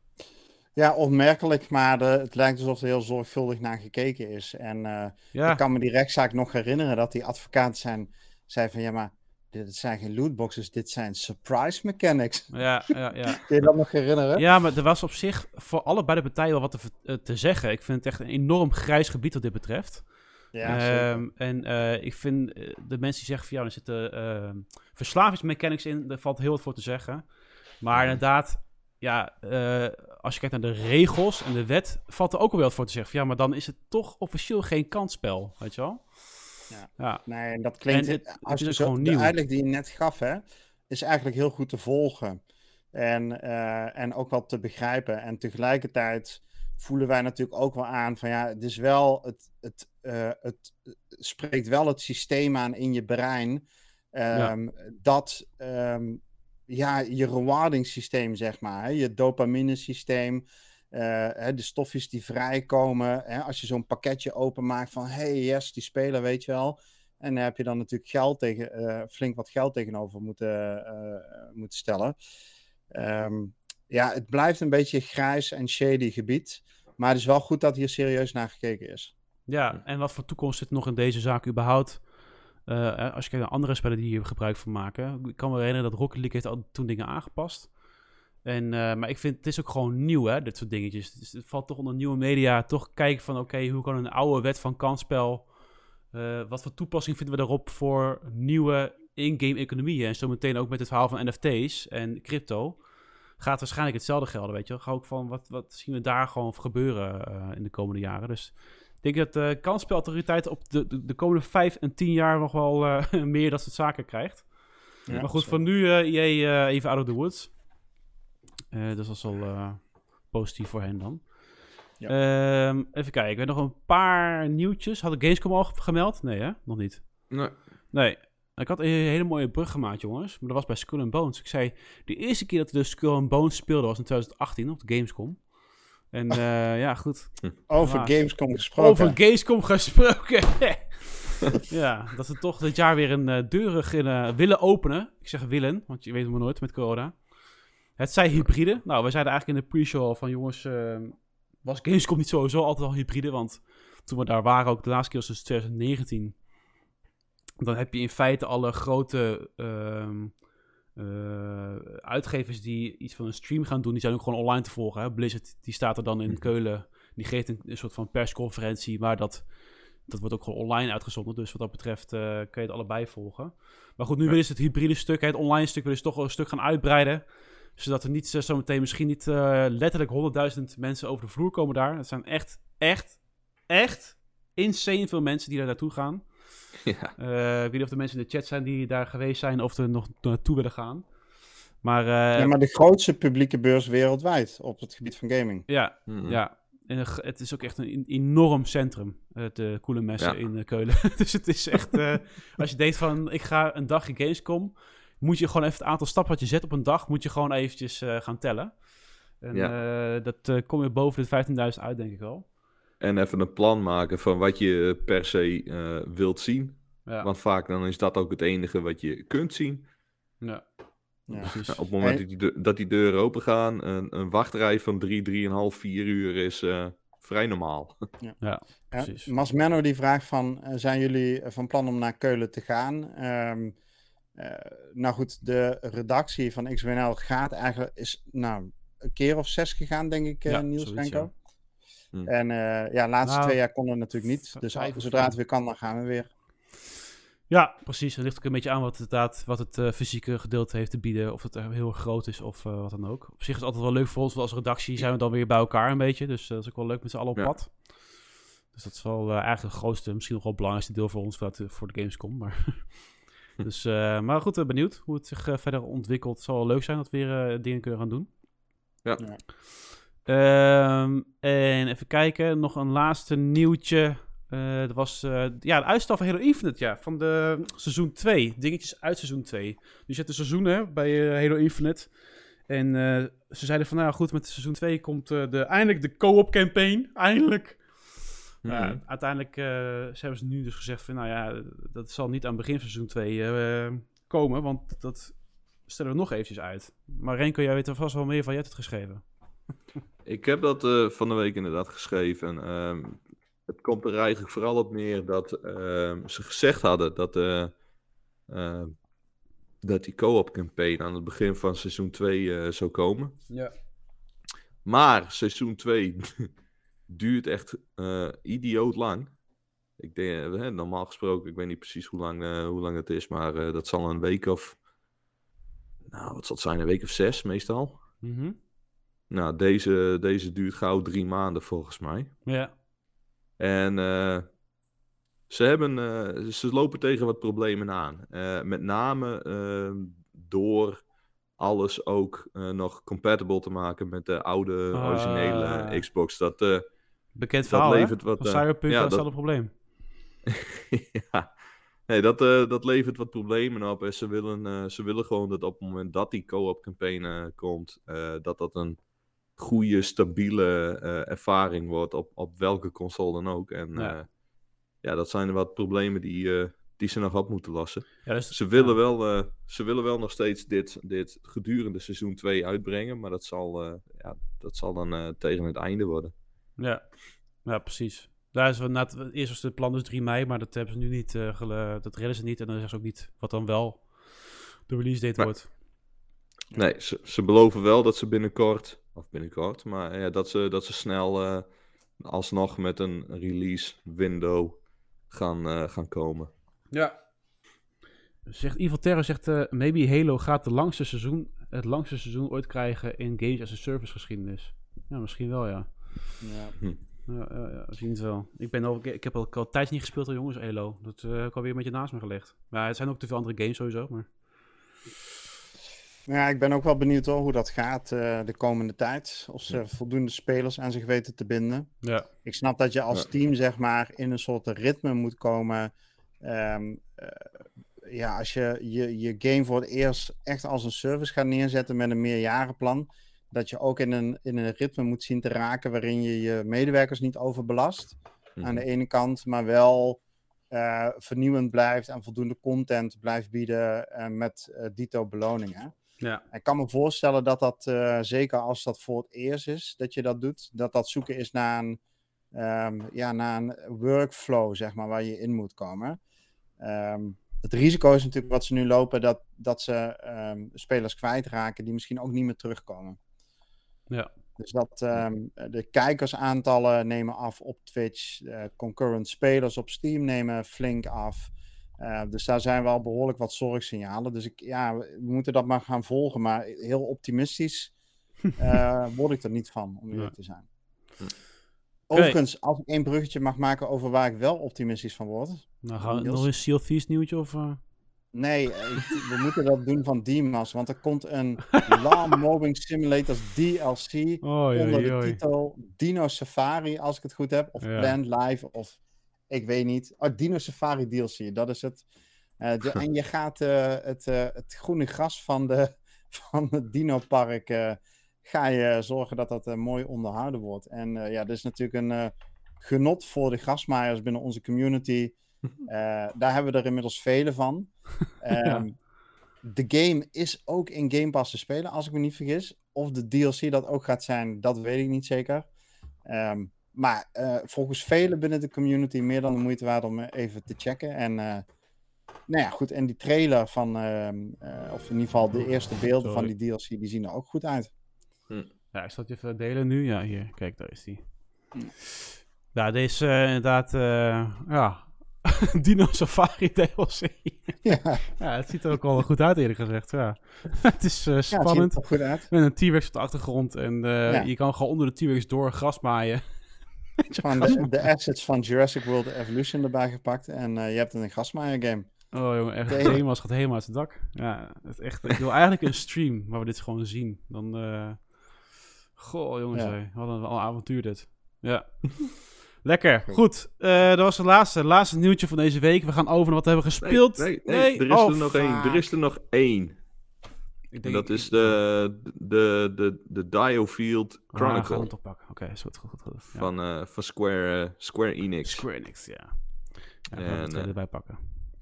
S5: Ja, opmerkelijk, maar de, het lijkt alsof er heel zorgvuldig naar gekeken is. En uh,
S1: ja.
S5: ik kan me die rechtszaak nog herinneren dat die advocaat zijn, zei van ja, maar dit zijn geen lootboxes, dit zijn surprise mechanics.
S1: Ja, ja, ja.
S5: Kun je dat nog herinneren?
S1: Ja, maar er was op zich voor allebei de partijen wel wat te, te zeggen. Ik vind het echt een enorm grijs gebied wat dit betreft.
S5: Ja,
S1: um, en uh, ik vind uh, de mensen die zeggen van ja, er zitten uh, verslavingsmechanics in, daar valt heel wat voor te zeggen. Maar inderdaad, ja, uh, als je kijkt naar de regels en de wet, valt er ook wel wat voor te zeggen. Van, ja, maar dan is het toch officieel geen kansspel, weet je wel?
S5: Ja,
S1: ja.
S5: Nee, en dat klinkt,
S1: en het, het
S5: als
S1: is
S5: je
S1: ook
S5: zo,
S1: gewoon
S5: de
S1: nieuw.
S5: uitleg die je net gaf, hè, is eigenlijk heel goed te volgen. En, uh, en ook wel te begrijpen. En tegelijkertijd voelen wij natuurlijk ook wel aan van ja, het is wel, het, het, uh, het spreekt wel het systeem aan in je brein, um, ja. dat um, ja, je rewarding systeem, zeg maar, hè, je dopamine systeem, uh, hè, de stofjes die vrijkomen, hè, als je zo'n pakketje openmaakt van hey, yes, die speler, weet je wel. En daar heb je dan natuurlijk geld tegen, uh, flink wat geld tegenover moeten, uh, moeten stellen. Um, ja, het blijft een beetje grijs en shady gebied. Maar het is wel goed dat hier serieus naar gekeken is.
S1: Ja, en wat voor toekomst zit nog in deze zaak überhaupt? Uh, als je kijkt naar andere spellen die hier gebruik van maken. Ik kan me herinneren dat Rocket League heeft al toen dingen aangepast. En, uh, maar ik vind, het is ook gewoon nieuw, hè, dit soort dingetjes. Dus het valt toch onder nieuwe media. Toch kijken van, oké, okay, hoe kan een oude wet van kansspel... Uh, wat voor toepassing vinden we daarop voor nieuwe in-game economieën? En zometeen ook met het verhaal van N F T's en crypto... gaat waarschijnlijk hetzelfde gelden, weet je wel. Ga ook van, wat, wat zien we daar gewoon gebeuren uh, in de komende jaren. Dus ik denk dat de uh, kansspelautoriteit op de, de, de komende vijf en tien jaar nog wel uh, meer dat soort zaken krijgt. Ja, maar goed, voor nu uh, I E uh, even out of the woods. Uh, dus dat is wel uh, positief voor hen dan. Ja. Um, even kijken, ik weet nog een paar nieuwtjes. Had ik Gamescom al gemeld? Nee, hè? Nog niet.
S4: Nee.
S1: Nee. Ik had een hele mooie brug gemaakt, jongens. Maar dat was bij Skull and Bones. Ik zei, de eerste keer dat we de Skull and Bones speelden was in twintig achttien op de Gamescom. En uh, ja, goed.
S5: Over Helaas. Gamescom gesproken.
S1: Over Gamescom gesproken. Ja, dat ze toch dit jaar weer een uh, deur uh, willen openen. Ik zeg willen, want je weet het maar nooit met corona. Het zij hybride. Nou, we zeiden eigenlijk in de pre-show al van jongens... Uh, was Gamescom niet sowieso altijd al hybride? Want toen we daar waren, ook de laatste keer was dus twintig negentien... Dan heb je in feite alle grote uh, uh, uitgevers die iets van een stream gaan doen. Die zijn ook gewoon online te volgen. Hè? Blizzard die staat er dan in mm-hmm. Keulen. Die geeft een, een soort van persconferentie. Maar dat, dat wordt ook gewoon online uitgezonden. Dus wat dat betreft uh, kan je het allebei volgen. Maar goed, nu ja. willen ze het hybride stuk, het online stuk, willen ze toch wel een stuk gaan uitbreiden. Zodat er niet uh, zometeen misschien niet uh, letterlijk honderdduizend mensen over de vloer komen daar. Het zijn echt, echt, echt insane veel mensen die daar naartoe gaan. Ja. Uh, ik weet niet of de mensen in de chat zijn die daar geweest zijn of er nog naartoe willen gaan. Maar, uh,
S5: ja, maar de grootste publieke beurs wereldwijd op het gebied van gaming.
S1: Ja, mm-hmm. ja. En het is ook echt een enorm centrum, de coole messen ja. in uh, Keulen. Dus het is echt, uh, als je denkt van ik ga een dag in Gamescom, moet je gewoon even het aantal stappen wat je zet op een dag, moet je gewoon eventjes uh, gaan tellen. En ja. uh, dat uh, kom je boven de vijftienduizend uit, denk ik wel.
S4: En even een plan maken van wat je per se uh, wilt zien. Ja. Want vaak dan is dat ook het enige wat je kunt zien.
S1: Ja. Ja,
S4: op het moment dat die, de- dat die deuren open gaan, een, een wachtrij van drie, drieënhalf, vier uur is uh, vrij normaal.
S1: Ja, ja precies.
S5: Uh, Mas Menno die vraagt van, uh, zijn jullie van plan om naar Keulen te gaan? Um, uh, nou goed, de redactie van X B N L gaat eigenlijk, is nou een keer of zes gegaan, denk ik, uh, ja, Niels Renko. Ja. Hm. En uh, ja, de laatste nou, twee jaar konden we natuurlijk niet. Dus zodra het weer kan, dan gaan we weer.
S1: Ja, precies. Het ligt ook een beetje aan wat het, inderdaad, wat het uh, fysieke gedeelte heeft te bieden. Of het uh, heel groot is of uh, wat dan ook. Op zich is het altijd wel leuk voor ons. Als redactie zijn we dan weer bij elkaar een beetje. Dus uh, dat is ook wel leuk met z'n allen op ja. pad. Dus dat is wel uh, eigenlijk het grootste, misschien nog wel het belangrijkste deel voor ons voor de, voor de Gamescom. Maar, dus, uh, maar goed, uh, benieuwd hoe het zich uh, verder ontwikkelt. Het zal wel leuk zijn dat we weer uh, dingen kunnen gaan doen.
S4: Ja.
S1: ja. Um, en even kijken, nog een laatste nieuwtje. Uh, dat was uh, ja, de uitstel van Halo Infinite, ja, van de seizoen twee. Dingetjes uit seizoen twee. Dus je hebt een seizoen hè, bij uh, Halo Infinite. En uh, ze zeiden van, nou goed, met seizoen twee komt uh, de, eindelijk de co-op campaign. Eindelijk. Mm-hmm. Uh, uiteindelijk uh, ze hebben ze nu dus gezegd van, nou ja, dat zal niet aan het begin van seizoen twee uh, komen. Want dat stellen we nog eventjes uit. Maar Renko, jij weet er vast wel meer van, jij hebt het geschreven.
S4: Ik heb dat uh, van de week inderdaad geschreven. Um... Het komt er eigenlijk vooral op neer dat uh, ze gezegd hadden dat, uh, uh, dat die co-op campaign aan het begin van seizoen twee uh, zou komen.
S1: Ja.
S4: Maar seizoen twee duurt echt uh, idioot lang. Ik denk, uh, normaal gesproken, ik weet niet precies hoe lang, uh, hoe lang het is, maar uh, dat zal een week of... Nou, wat zal het zijn? Een week of zes meestal.
S1: Mm-hmm.
S4: Nou, deze, deze duurt gauw drie maanden volgens mij.
S1: Ja.
S4: En uh, ze, hebben, uh, ze lopen tegen wat problemen aan. Uh, met name uh, door alles ook uh, nog compatible te maken met de oude uh, originele Xbox. Dat, uh,
S1: Bekend verhaal,
S4: dat levert wat,
S1: van Cyberpunk
S4: ja,
S1: was
S4: dat
S1: dat een probleem.
S4: ja, nee, dat, uh, dat levert wat problemen op. En ze willen, uh, ze willen gewoon dat op het moment dat die co-op campaign uh, komt, uh, dat dat een goede, stabiele uh, ervaring wordt op, op welke console dan ook. En ja, uh, ja dat zijn wat problemen die, uh, die ze nog op moeten lossen.
S1: Ja, dus,
S4: ze, willen
S1: ja.
S4: wel, uh, ze willen wel nog steeds dit, dit gedurende seizoen twee uitbrengen, maar dat zal, uh, ja, dat zal dan uh, tegen het einde worden.
S1: Ja, ja precies. Daar is wel net, eerst was het plan dus drie mei, maar dat hebben ze nu niet, uh, gele, dat redden ze niet. En dan zeggen ze ook niet wat dan wel de release date
S4: nee.
S1: wordt.
S4: Nee, ze, ze beloven wel dat ze binnenkort, of binnenkort, maar ja, dat, ze, dat ze snel uh, alsnog met een release window gaan, uh, gaan komen.
S1: Ja. Zegt Evil Terror, zegt uh, maybe Halo gaat de langste seizoen, het langste seizoen ooit krijgen in Games as a Service geschiedenis. Ja, misschien wel, ja.
S5: Ja.
S4: Hm.
S1: Ja, ja, ja, zien het wel. Ik, ben al, ik heb al, al tijd niet gespeeld, hoor, jongens, Halo. Dat uh, heb ik alweer een beetje naast me gelegd. Maar het zijn ook te veel andere games sowieso, maar...
S5: Ja, ik ben ook wel benieuwd hoor, hoe dat gaat uh, de komende tijd. Of ze voldoende spelers aan zich weten te binden.
S1: Ja.
S5: Ik snap dat je als
S4: ja.
S5: team zeg maar in een soort ritme moet komen. Um, uh, ja, als je, je je game voor het eerst echt als een service gaat neerzetten met een meerjarenplan. Dat je ook in een, in een ritme moet zien te raken waarin je je medewerkers niet overbelast. Mm-hmm. Aan de ene kant, maar wel uh, vernieuwend blijft en voldoende content blijft bieden uh, met uh, dito beloningen.
S1: Ja.
S5: Ik kan me voorstellen dat dat, uh, zeker als dat voor het eerst is, dat je dat doet, dat dat zoeken is naar een, um, ja, naar een workflow, zeg maar, waar je in moet komen. Um, het risico is natuurlijk wat ze nu lopen, dat, dat ze um, spelers kwijtraken die misschien ook niet meer terugkomen.
S1: Ja.
S5: Dus dat um, de kijkersaantallen nemen af op Twitch, uh, concurrent spelers op Steam nemen flink af. Uh, dus daar zijn wel behoorlijk wat zorgsignalen. Dus ik, ja, we moeten dat maar gaan volgen. Maar heel optimistisch uh, word ik er niet van, om eerlijk te zijn. Overigens, als ik één bruggetje mag maken over waar ik wel optimistisch van word.
S1: Nou, gaan we nog een Sea of Thieves nieuwtje? Of, uh...
S5: Nee, ik, we moeten dat doen van Dimas. Want er komt een Lawn Mowing Simulators D L C
S1: oei,
S5: onder de
S1: oei.
S5: titel Dino Safari, als ik het goed heb. Of ja. Plant Life, of ik weet niet. Oh, Dino Safari D L C, dat is het. Uh, de, en je gaat uh, het, uh, het groene gras van, de, van het Dino-park... Uh, ga je zorgen dat dat uh, mooi onderhouden wordt. En uh, ja, dat is natuurlijk een uh, genot voor de grasmaaiers binnen onze community. Uh, daar hebben we er inmiddels vele van. Um, ja. De game is ook in Game Pass te spelen, als ik me niet vergis. Of de D L C dat ook gaat zijn, dat weet ik niet zeker. Um, maar uh, volgens velen binnen de community meer dan de moeite waard om even te checken. En uh, nou ja, goed. En die trailer van, uh, uh, of in ieder geval de eerste beelden Sorry. van die D L C, die zien er ook goed uit.
S1: Hm. Ja, ik zal het even delen nu. Ja, hier, kijk, daar is die. Hm. Ja, deze uh, inderdaad, uh, ja, Dino Safari D L C.
S5: Ja,
S1: Ja, het ziet er ook wel goed uit eerlijk gezegd. Ja. Het is uh,
S5: ja, het ziet er
S1: spannend.
S5: toch goed uit.
S1: Met een T-Rex op de achtergrond. En uh,
S5: Ja.
S1: je kan gewoon onder de T-Rex door gras maaien.
S5: Gewoon de, de assets van Jurassic World Evolution erbij gepakt. En uh, je hebt een grasmaaier game.
S1: Oh jongen, echt.
S5: Oké.
S1: Het thema gaat helemaal uit het dak. Ja, het is echt, ik wil eigenlijk een stream waar we dit gewoon zien. Dan, uh... goh jongens,
S5: Ja.
S1: hey, wat een, wat een avontuur dit. Ja. Lekker, goed. Uh, dat was het laatste, laatste nieuwtje van deze week. We gaan over naar wat we hebben gespeeld.
S4: Nee, nee, nee, er is
S1: Oh,
S4: er nog één. Er is er nog één.
S1: Ik
S4: En
S1: denk,
S4: dat is de, de, de, de Diofield
S1: Ah, gaan we
S4: Chronicle
S1: hem toch pakken. Oké, okay, is goed, goed, goed. goed. Ja.
S4: van, uh, van Square, uh, Square Enix.
S1: Square Enix, ja. Ja, gaan we
S4: En,
S1: het tweede
S4: uh,
S1: erbij pakken.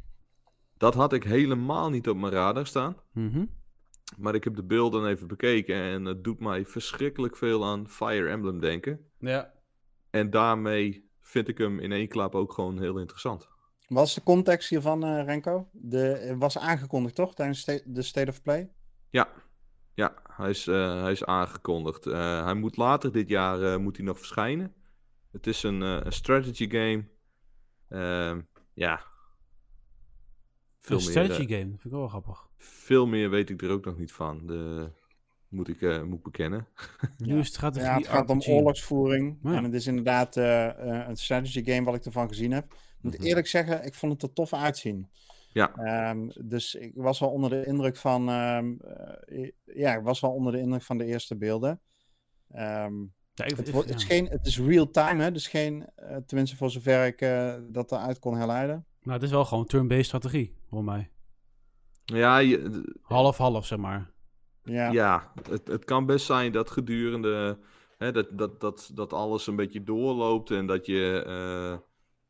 S4: Dat had ik helemaal niet op mijn radar staan.
S1: Mm-hmm.
S4: Maar ik heb de beelden even bekeken en het doet mij verschrikkelijk veel aan Fire Emblem denken.
S1: Ja.
S4: En daarmee vind ik hem in één klap ook gewoon heel interessant.
S5: Wat is de context hiervan, uh, Renko? De was aangekondigd, toch? Tijdens sta- de State of Play?
S4: Ja, ja hij, is, uh, hij is aangekondigd. Uh, hij moet later dit jaar uh, moet hij nog verschijnen. Het is een, uh, een strategy game. Uh, ja.
S1: Veel een
S4: meer,
S1: strategy
S4: uh,
S1: game, dat vind ik wel grappig.
S4: Veel meer weet ik er ook nog niet van. De, moet, ik, uh, moet ik bekennen.
S1: Nieuwe strategie
S5: Ja, het gaat om
S1: R P G.
S5: oorlogsvoering.
S1: Ja.
S5: En het is inderdaad uh, uh, een strategy game wat ik ervan gezien heb. Ik moet
S4: Mhm.
S5: eerlijk zeggen, ik vond het er tof uitzien.
S4: Ja.
S5: Um, dus ik was wel onder de indruk van... Um, uh, ja, ik was wel onder de indruk van de eerste beelden. Um,
S1: Ja, ik-
S5: het,
S1: ik-
S5: wordt,
S1: ja.
S5: het, is geen, het is real-time, hè? Dus geen... Uh, tenminste, voor zover ik uh, dat eruit kon herleiden.
S1: Nou, het is wel gewoon turn-based strategie, voor mij.
S4: Ja, je,
S1: Half-half, zeg maar.
S5: Ja,
S4: ja het, het kan best zijn dat gedurende... Hè, dat, dat, dat, dat alles een beetje doorloopt en dat je... Uh,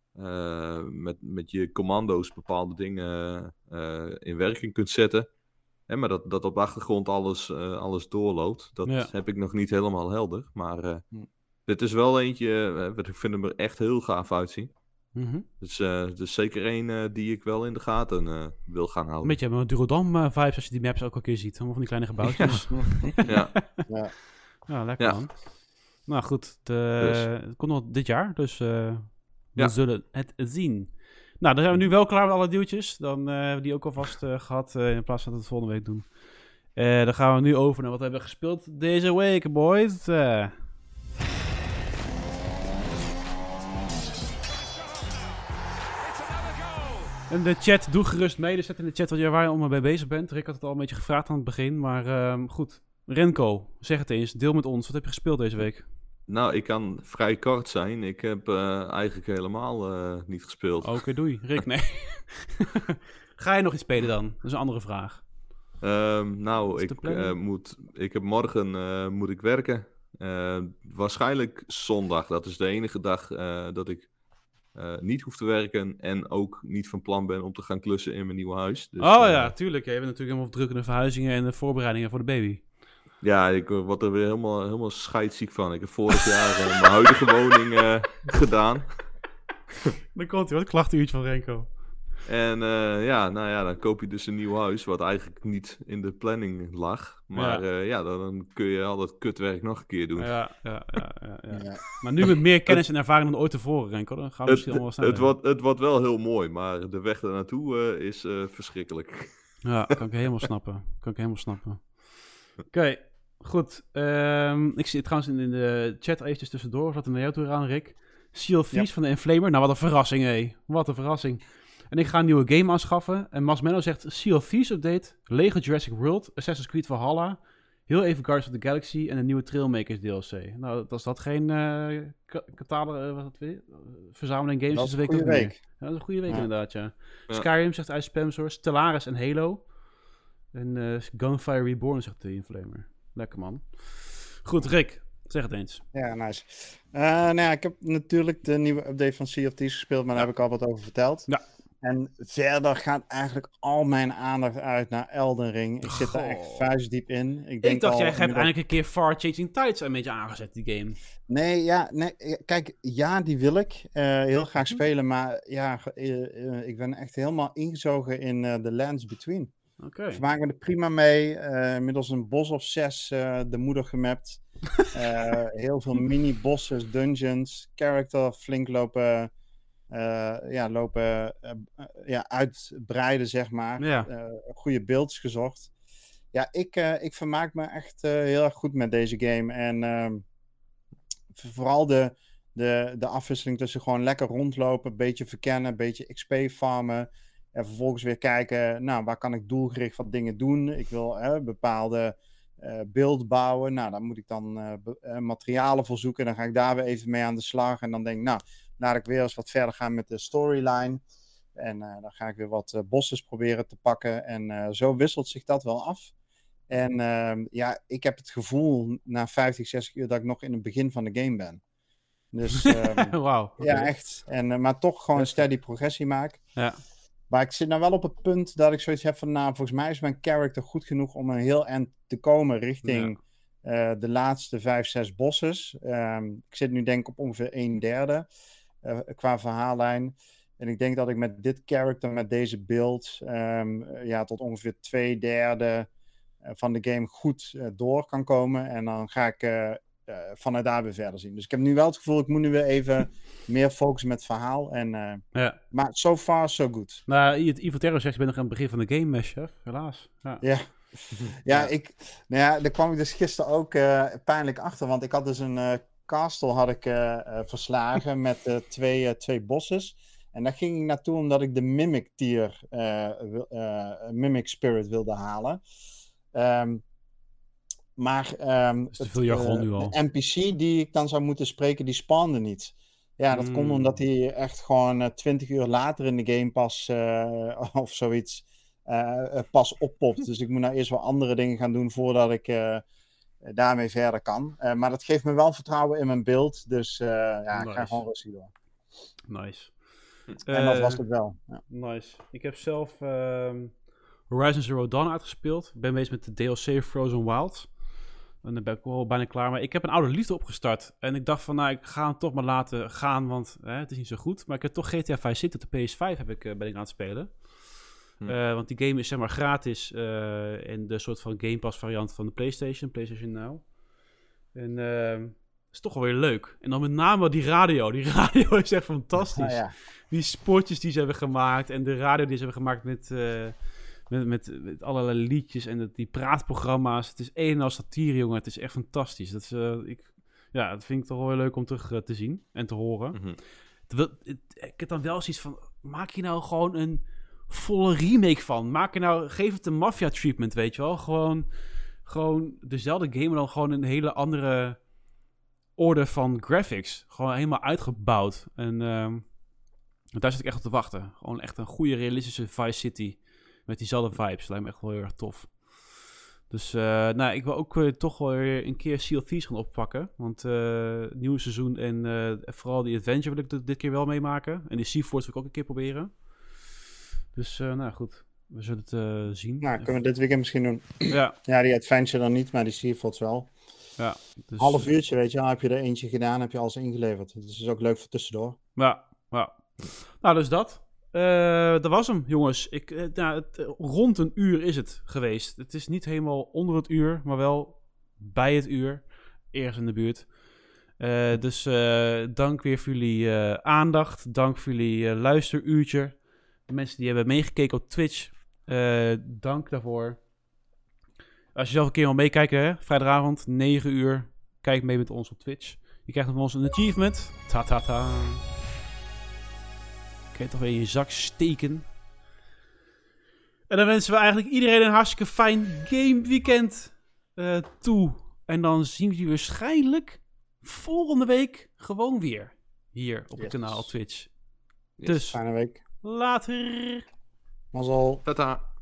S4: Uh, met, met je commando's bepaalde dingen uh, in werking kunt zetten. Hè, maar dat, dat op de achtergrond alles, uh, alles doorloopt, dat
S1: Ja.
S4: heb ik nog niet helemaal helder. Maar uh,
S5: Hm.
S4: dit is wel eentje, uh, ik vind hem er echt heel gaaf uitzien.
S1: Mhm.
S4: Dus, uh, dus zeker één uh, die ik wel in de gaten uh, wil gaan
S1: Een
S4: houden.
S1: beetje met Durodam-vibes als je die maps ook een keer ziet. Allemaal van die kleine gebouwtjes.
S4: Ja.
S5: ja.
S1: Ja, lekker
S4: Ja.
S1: man. Nou goed, de,
S4: Dus.
S1: het komt nog dit jaar, dus uh, we
S4: Ja.
S1: zullen het zien. Nou, dan zijn we nu wel klaar met alle duwtjes. Dan uh, hebben we die ook alvast uh, gehad, uh, in plaats van dat we het volgende week doen. Uh, dan gaan we nu over naar wat we hebben gespeeld deze week, boys. Uh. En de chat, doe gerust mee. Dus zet in de chat wat je waar je allemaal mee bezig bent. Rick had het al een beetje gevraagd aan het begin, maar uh, goed. Renko, zeg het eens, deel met ons. Wat heb je gespeeld deze week?
S4: Nou, ik kan vrij kort zijn. Ik heb uh, eigenlijk helemaal uh, niet gespeeld.
S1: Oké, okay, doei. Rick, nee. Ga je nog iets spelen dan? Dat is een andere vraag.
S4: Um, nou, ik, uh, moet, ik heb morgen uh, moet ik werken. Uh, waarschijnlijk zondag. Dat is de enige dag uh, dat ik uh, niet hoef te werken. En ook niet van plan ben om te gaan klussen in mijn nieuwe huis. Dus,
S1: oh
S4: uh,
S1: ja, tuurlijk. Je bent natuurlijk helemaal druk in de verhuizingen en de voorbereidingen voor de baby.
S4: Ja, ik word er weer helemaal, helemaal scheidsziek van. Ik heb vorig jaar uh, mijn huidige woning uh, gedaan.
S1: Dan komt hij, wat klachtenuurtje van Renko.
S4: En uh, ja, nou ja, dan koop je dus een nieuw huis, wat eigenlijk niet in de planning lag. Maar ja, uh, ja dan, dan kun je al dat kutwerk nog een keer doen.
S1: Ja, ja, ja, ja, ja.
S5: Ja.
S1: Maar nu met meer kennis en ervaring dan ooit tevoren, Renko, dan gaan we misschien
S4: het,
S1: allemaal sneller.
S4: Het wordt, het wordt wel heel mooi, maar de weg daar naartoe uh, is uh, verschrikkelijk.
S1: Ja, kan ik helemaal snappen. Kan ik helemaal snappen. Oké, okay, goed. Um, ik zie het trouwens in de chat eventjes tussendoor. Wat er naar jou toe aan, Rick. Sea of Thieves, yep, van de Inflamer. Nou, wat een verrassing, hé. Wat een verrassing. En ik ga een nieuwe game aanschaffen. En Masmeno zegt Sea of Thieves update, Lego Jurassic World, Assassin's Creed Valhalla, heel even Guardians of the Galaxy en een nieuwe Trailmakers D L C. Nou, als dat geen uh, katale, uh, wat het weer, uh, verzameling games
S5: dat
S1: is,
S5: is
S1: week
S5: een goede week.
S1: Ja, dat is een goede week
S5: ja.
S1: inderdaad, ja.
S4: Ja.
S1: Skyrim zegt Ice Spamsource, Stellaris en Halo. En uh, Gunfire Reborn zegt de Inflamer. Lekker man. Goed, Rick, zeg het eens.
S5: Ja, nice. Uh, nou ja, ik heb natuurlijk de nieuwe update van Sea of Thieves gespeeld, maar daar heb ik al wat over verteld.
S1: Ja.
S5: En verder gaat eigenlijk al mijn aandacht uit naar Elden Ring. Ik zit
S1: Goh.
S5: er echt vuistdiep in. Ik, denk
S1: Ik dacht,
S5: al,
S1: jij hebt
S5: inmiddels...
S1: eindelijk een keer Far Changing Tides een beetje aangezet, die game.
S5: Nee, ja, nee, kijk, ja, die wil ik uh, heel graag spelen, maar ja, uh, uh, ik ben echt helemaal ingezogen in uh, The Lands Between.
S1: Oké. Okay.
S5: Ze maken er prima mee. Uh, inmiddels een bos of zes uh, de moeder gemapt. Uh, heel veel mini-bosses, dungeons, character flink lopen uh, ja, lopen uh, uh, ja, uitbreiden, zeg maar.
S1: Ja.
S5: Uh, goede beelds gezocht. Ja, ik, uh, ik vermaak me echt uh, heel erg goed met deze game. En uh, vooral de, de, de afwisseling tussen gewoon lekker rondlopen, een beetje verkennen, een beetje X P farmen. En vervolgens weer kijken, nou, waar kan ik doelgericht wat dingen doen? Ik wil uh, bepaalde uh, beeld bouwen. Nou, daar moet ik dan uh, be- uh, materialen voor zoeken. Dan ga ik daar weer even mee aan de slag. En dan denk ik, nou, laat ik weer eens wat verder gaan met de storyline. En uh, dan ga ik weer wat uh, bosses proberen te pakken. En uh, zo wisselt zich dat wel af. En uh, ja, ik heb het gevoel na vijftig, zestig uur dat ik nog in het begin van de game ben. Dus um,
S1: Wauw. Okay.
S5: ja, echt. En, uh, maar toch gewoon een steady progressie maak.
S1: Ja.
S5: Maar ik zit nou wel op het punt dat ik zoiets heb van, nou, volgens mij is mijn character goed genoeg om een heel eind te komen richting ja. uh, de laatste vijf, zes bosses. Um, ik zit nu denk ik op ongeveer een derde uh, qua verhaallijn. En ik denk dat ik met dit character, met deze build, um, ja, tot ongeveer twee derde uh, van de game goed uh, door kan komen. En dan ga ik uh, uh, vanuit daar weer verder zien. Dus ik heb nu wel het gevoel, ik moet nu weer even meer focussen met het verhaal. En, uh,
S1: ja.
S5: Maar so far, so good.
S1: Nou, Ivo Terro zegt, je bent nog aan het begin van de game, chef. Helaas. Ja.
S5: Ja. Ja, ik, nou ja, daar kwam ik dus gisteren ook uh, pijnlijk achter. Want ik had dus een uh, castle had ik, uh, uh, verslagen met uh, twee, uh, twee bosses. En daar ging ik naartoe omdat ik de Mimic tier, uh, uh, Mimic Spirit wilde halen. Um, maar um,
S1: dat is te veel jargon nu al.
S5: De N P C die ik dan zou moeten spreken, die spawnde niet. Ja, dat mm. komt omdat hij echt gewoon uh, twintig uur later in de game pas uh, of zoiets uh, pas oppopt. Dus ik moet nou eerst wel andere dingen gaan doen voordat ik uh, daarmee verder kan. Uh, maar dat geeft me wel vertrouwen in mijn beeld. Dus uh, ja, nice. Ik ga gewoon rustig door.
S1: Nice.
S5: En dat uh, was het wel. Ja.
S1: Nice. Ik heb zelf uh, Horizon Zero Dawn uitgespeeld. Ik ben bezig met de D L C Frozen Wild. En dan ben ik wel bijna klaar. Maar ik heb een oude liefde opgestart. En ik dacht van, nou, ik ga hem toch maar laten gaan, want hè, het is niet zo goed. Maar ik heb toch G T A vijf City op de P S vijf heb ik, uh, ben ik aan het spelen. Hm. Uh, want die game is zeg maar gratis uh, in de soort van Game Pass variant van de PlayStation, PlayStation Now. En uh, is toch wel weer leuk. En dan met name die radio. Die radio is echt fantastisch. Ah, ja. Die spotjes die ze hebben gemaakt en de radio die ze hebben gemaakt met... Uh, Met, met, met allerlei liedjes en de, die praatprogramma's. Het is een en al satire, jongen. Het is echt fantastisch. Dat, is, uh, ik, ja, dat vind ik toch wel heel leuk om terug uh, te zien en te horen. Mm-hmm. Terwijl, het, ik heb dan wel zoiets van... Maak je nou gewoon een volle remake van? Maak je nou... Geef het een Mafia treatment, weet je wel? Gewoon, gewoon dezelfde game, maar dan gewoon een hele andere orde van graphics. Gewoon helemaal uitgebouwd. En uh, daar zit ik echt op te wachten. Gewoon echt een goede, realistische Vice City... Met diezelfde vibes. Lijkt me echt wel heel erg tof. Dus uh, nou, ik wil ook uh, toch wel weer een keer Sea of Thieves gaan oppakken. Want uh, het nieuwe seizoen en uh, vooral die adventure wil ik d- dit keer wel meemaken. En die SeaForce wil ik ook een keer proberen. Dus uh, nou goed, we zullen het uh, zien.
S5: Nou, kunnen we dit weekend misschien doen.
S1: Ja.
S5: Ja, die adventure dan niet, maar die SeaForce wel.
S1: Ja. Dus,
S5: half uurtje, weet je wel. Heb je er eentje gedaan, heb je alles ingeleverd. Dus het is ook leuk voor tussendoor.
S1: Ja, ja. Nou, dus dat. Uh, dat was hem, jongens. Ik, uh, nou, het, uh, rond een uur is het geweest. Het is niet helemaal onder het uur, maar wel bij het uur. Ergens in de buurt. Uh, dus uh, dank weer voor jullie uh, aandacht. Dank voor jullie uh, luisteruurtje. De mensen die hebben meegekeken op Twitch. Uh, dank daarvoor. Als je zelf een keer wil meekijken, hè? Vrijdagavond, negen uur. Kijk mee met ons op Twitch. Je krijgt van ons een achievement. Ta ta ta. Kun je toch weer in je zak steken. En dan wensen we eigenlijk iedereen een hartstikke fijn game weekend uh, toe. En dan zien we jullie waarschijnlijk volgende week gewoon weer. Hier op het yes. kanaal op Twitch. Yes. Dus,
S5: fijne week.
S1: Later.
S5: Mazzel.
S4: Tata.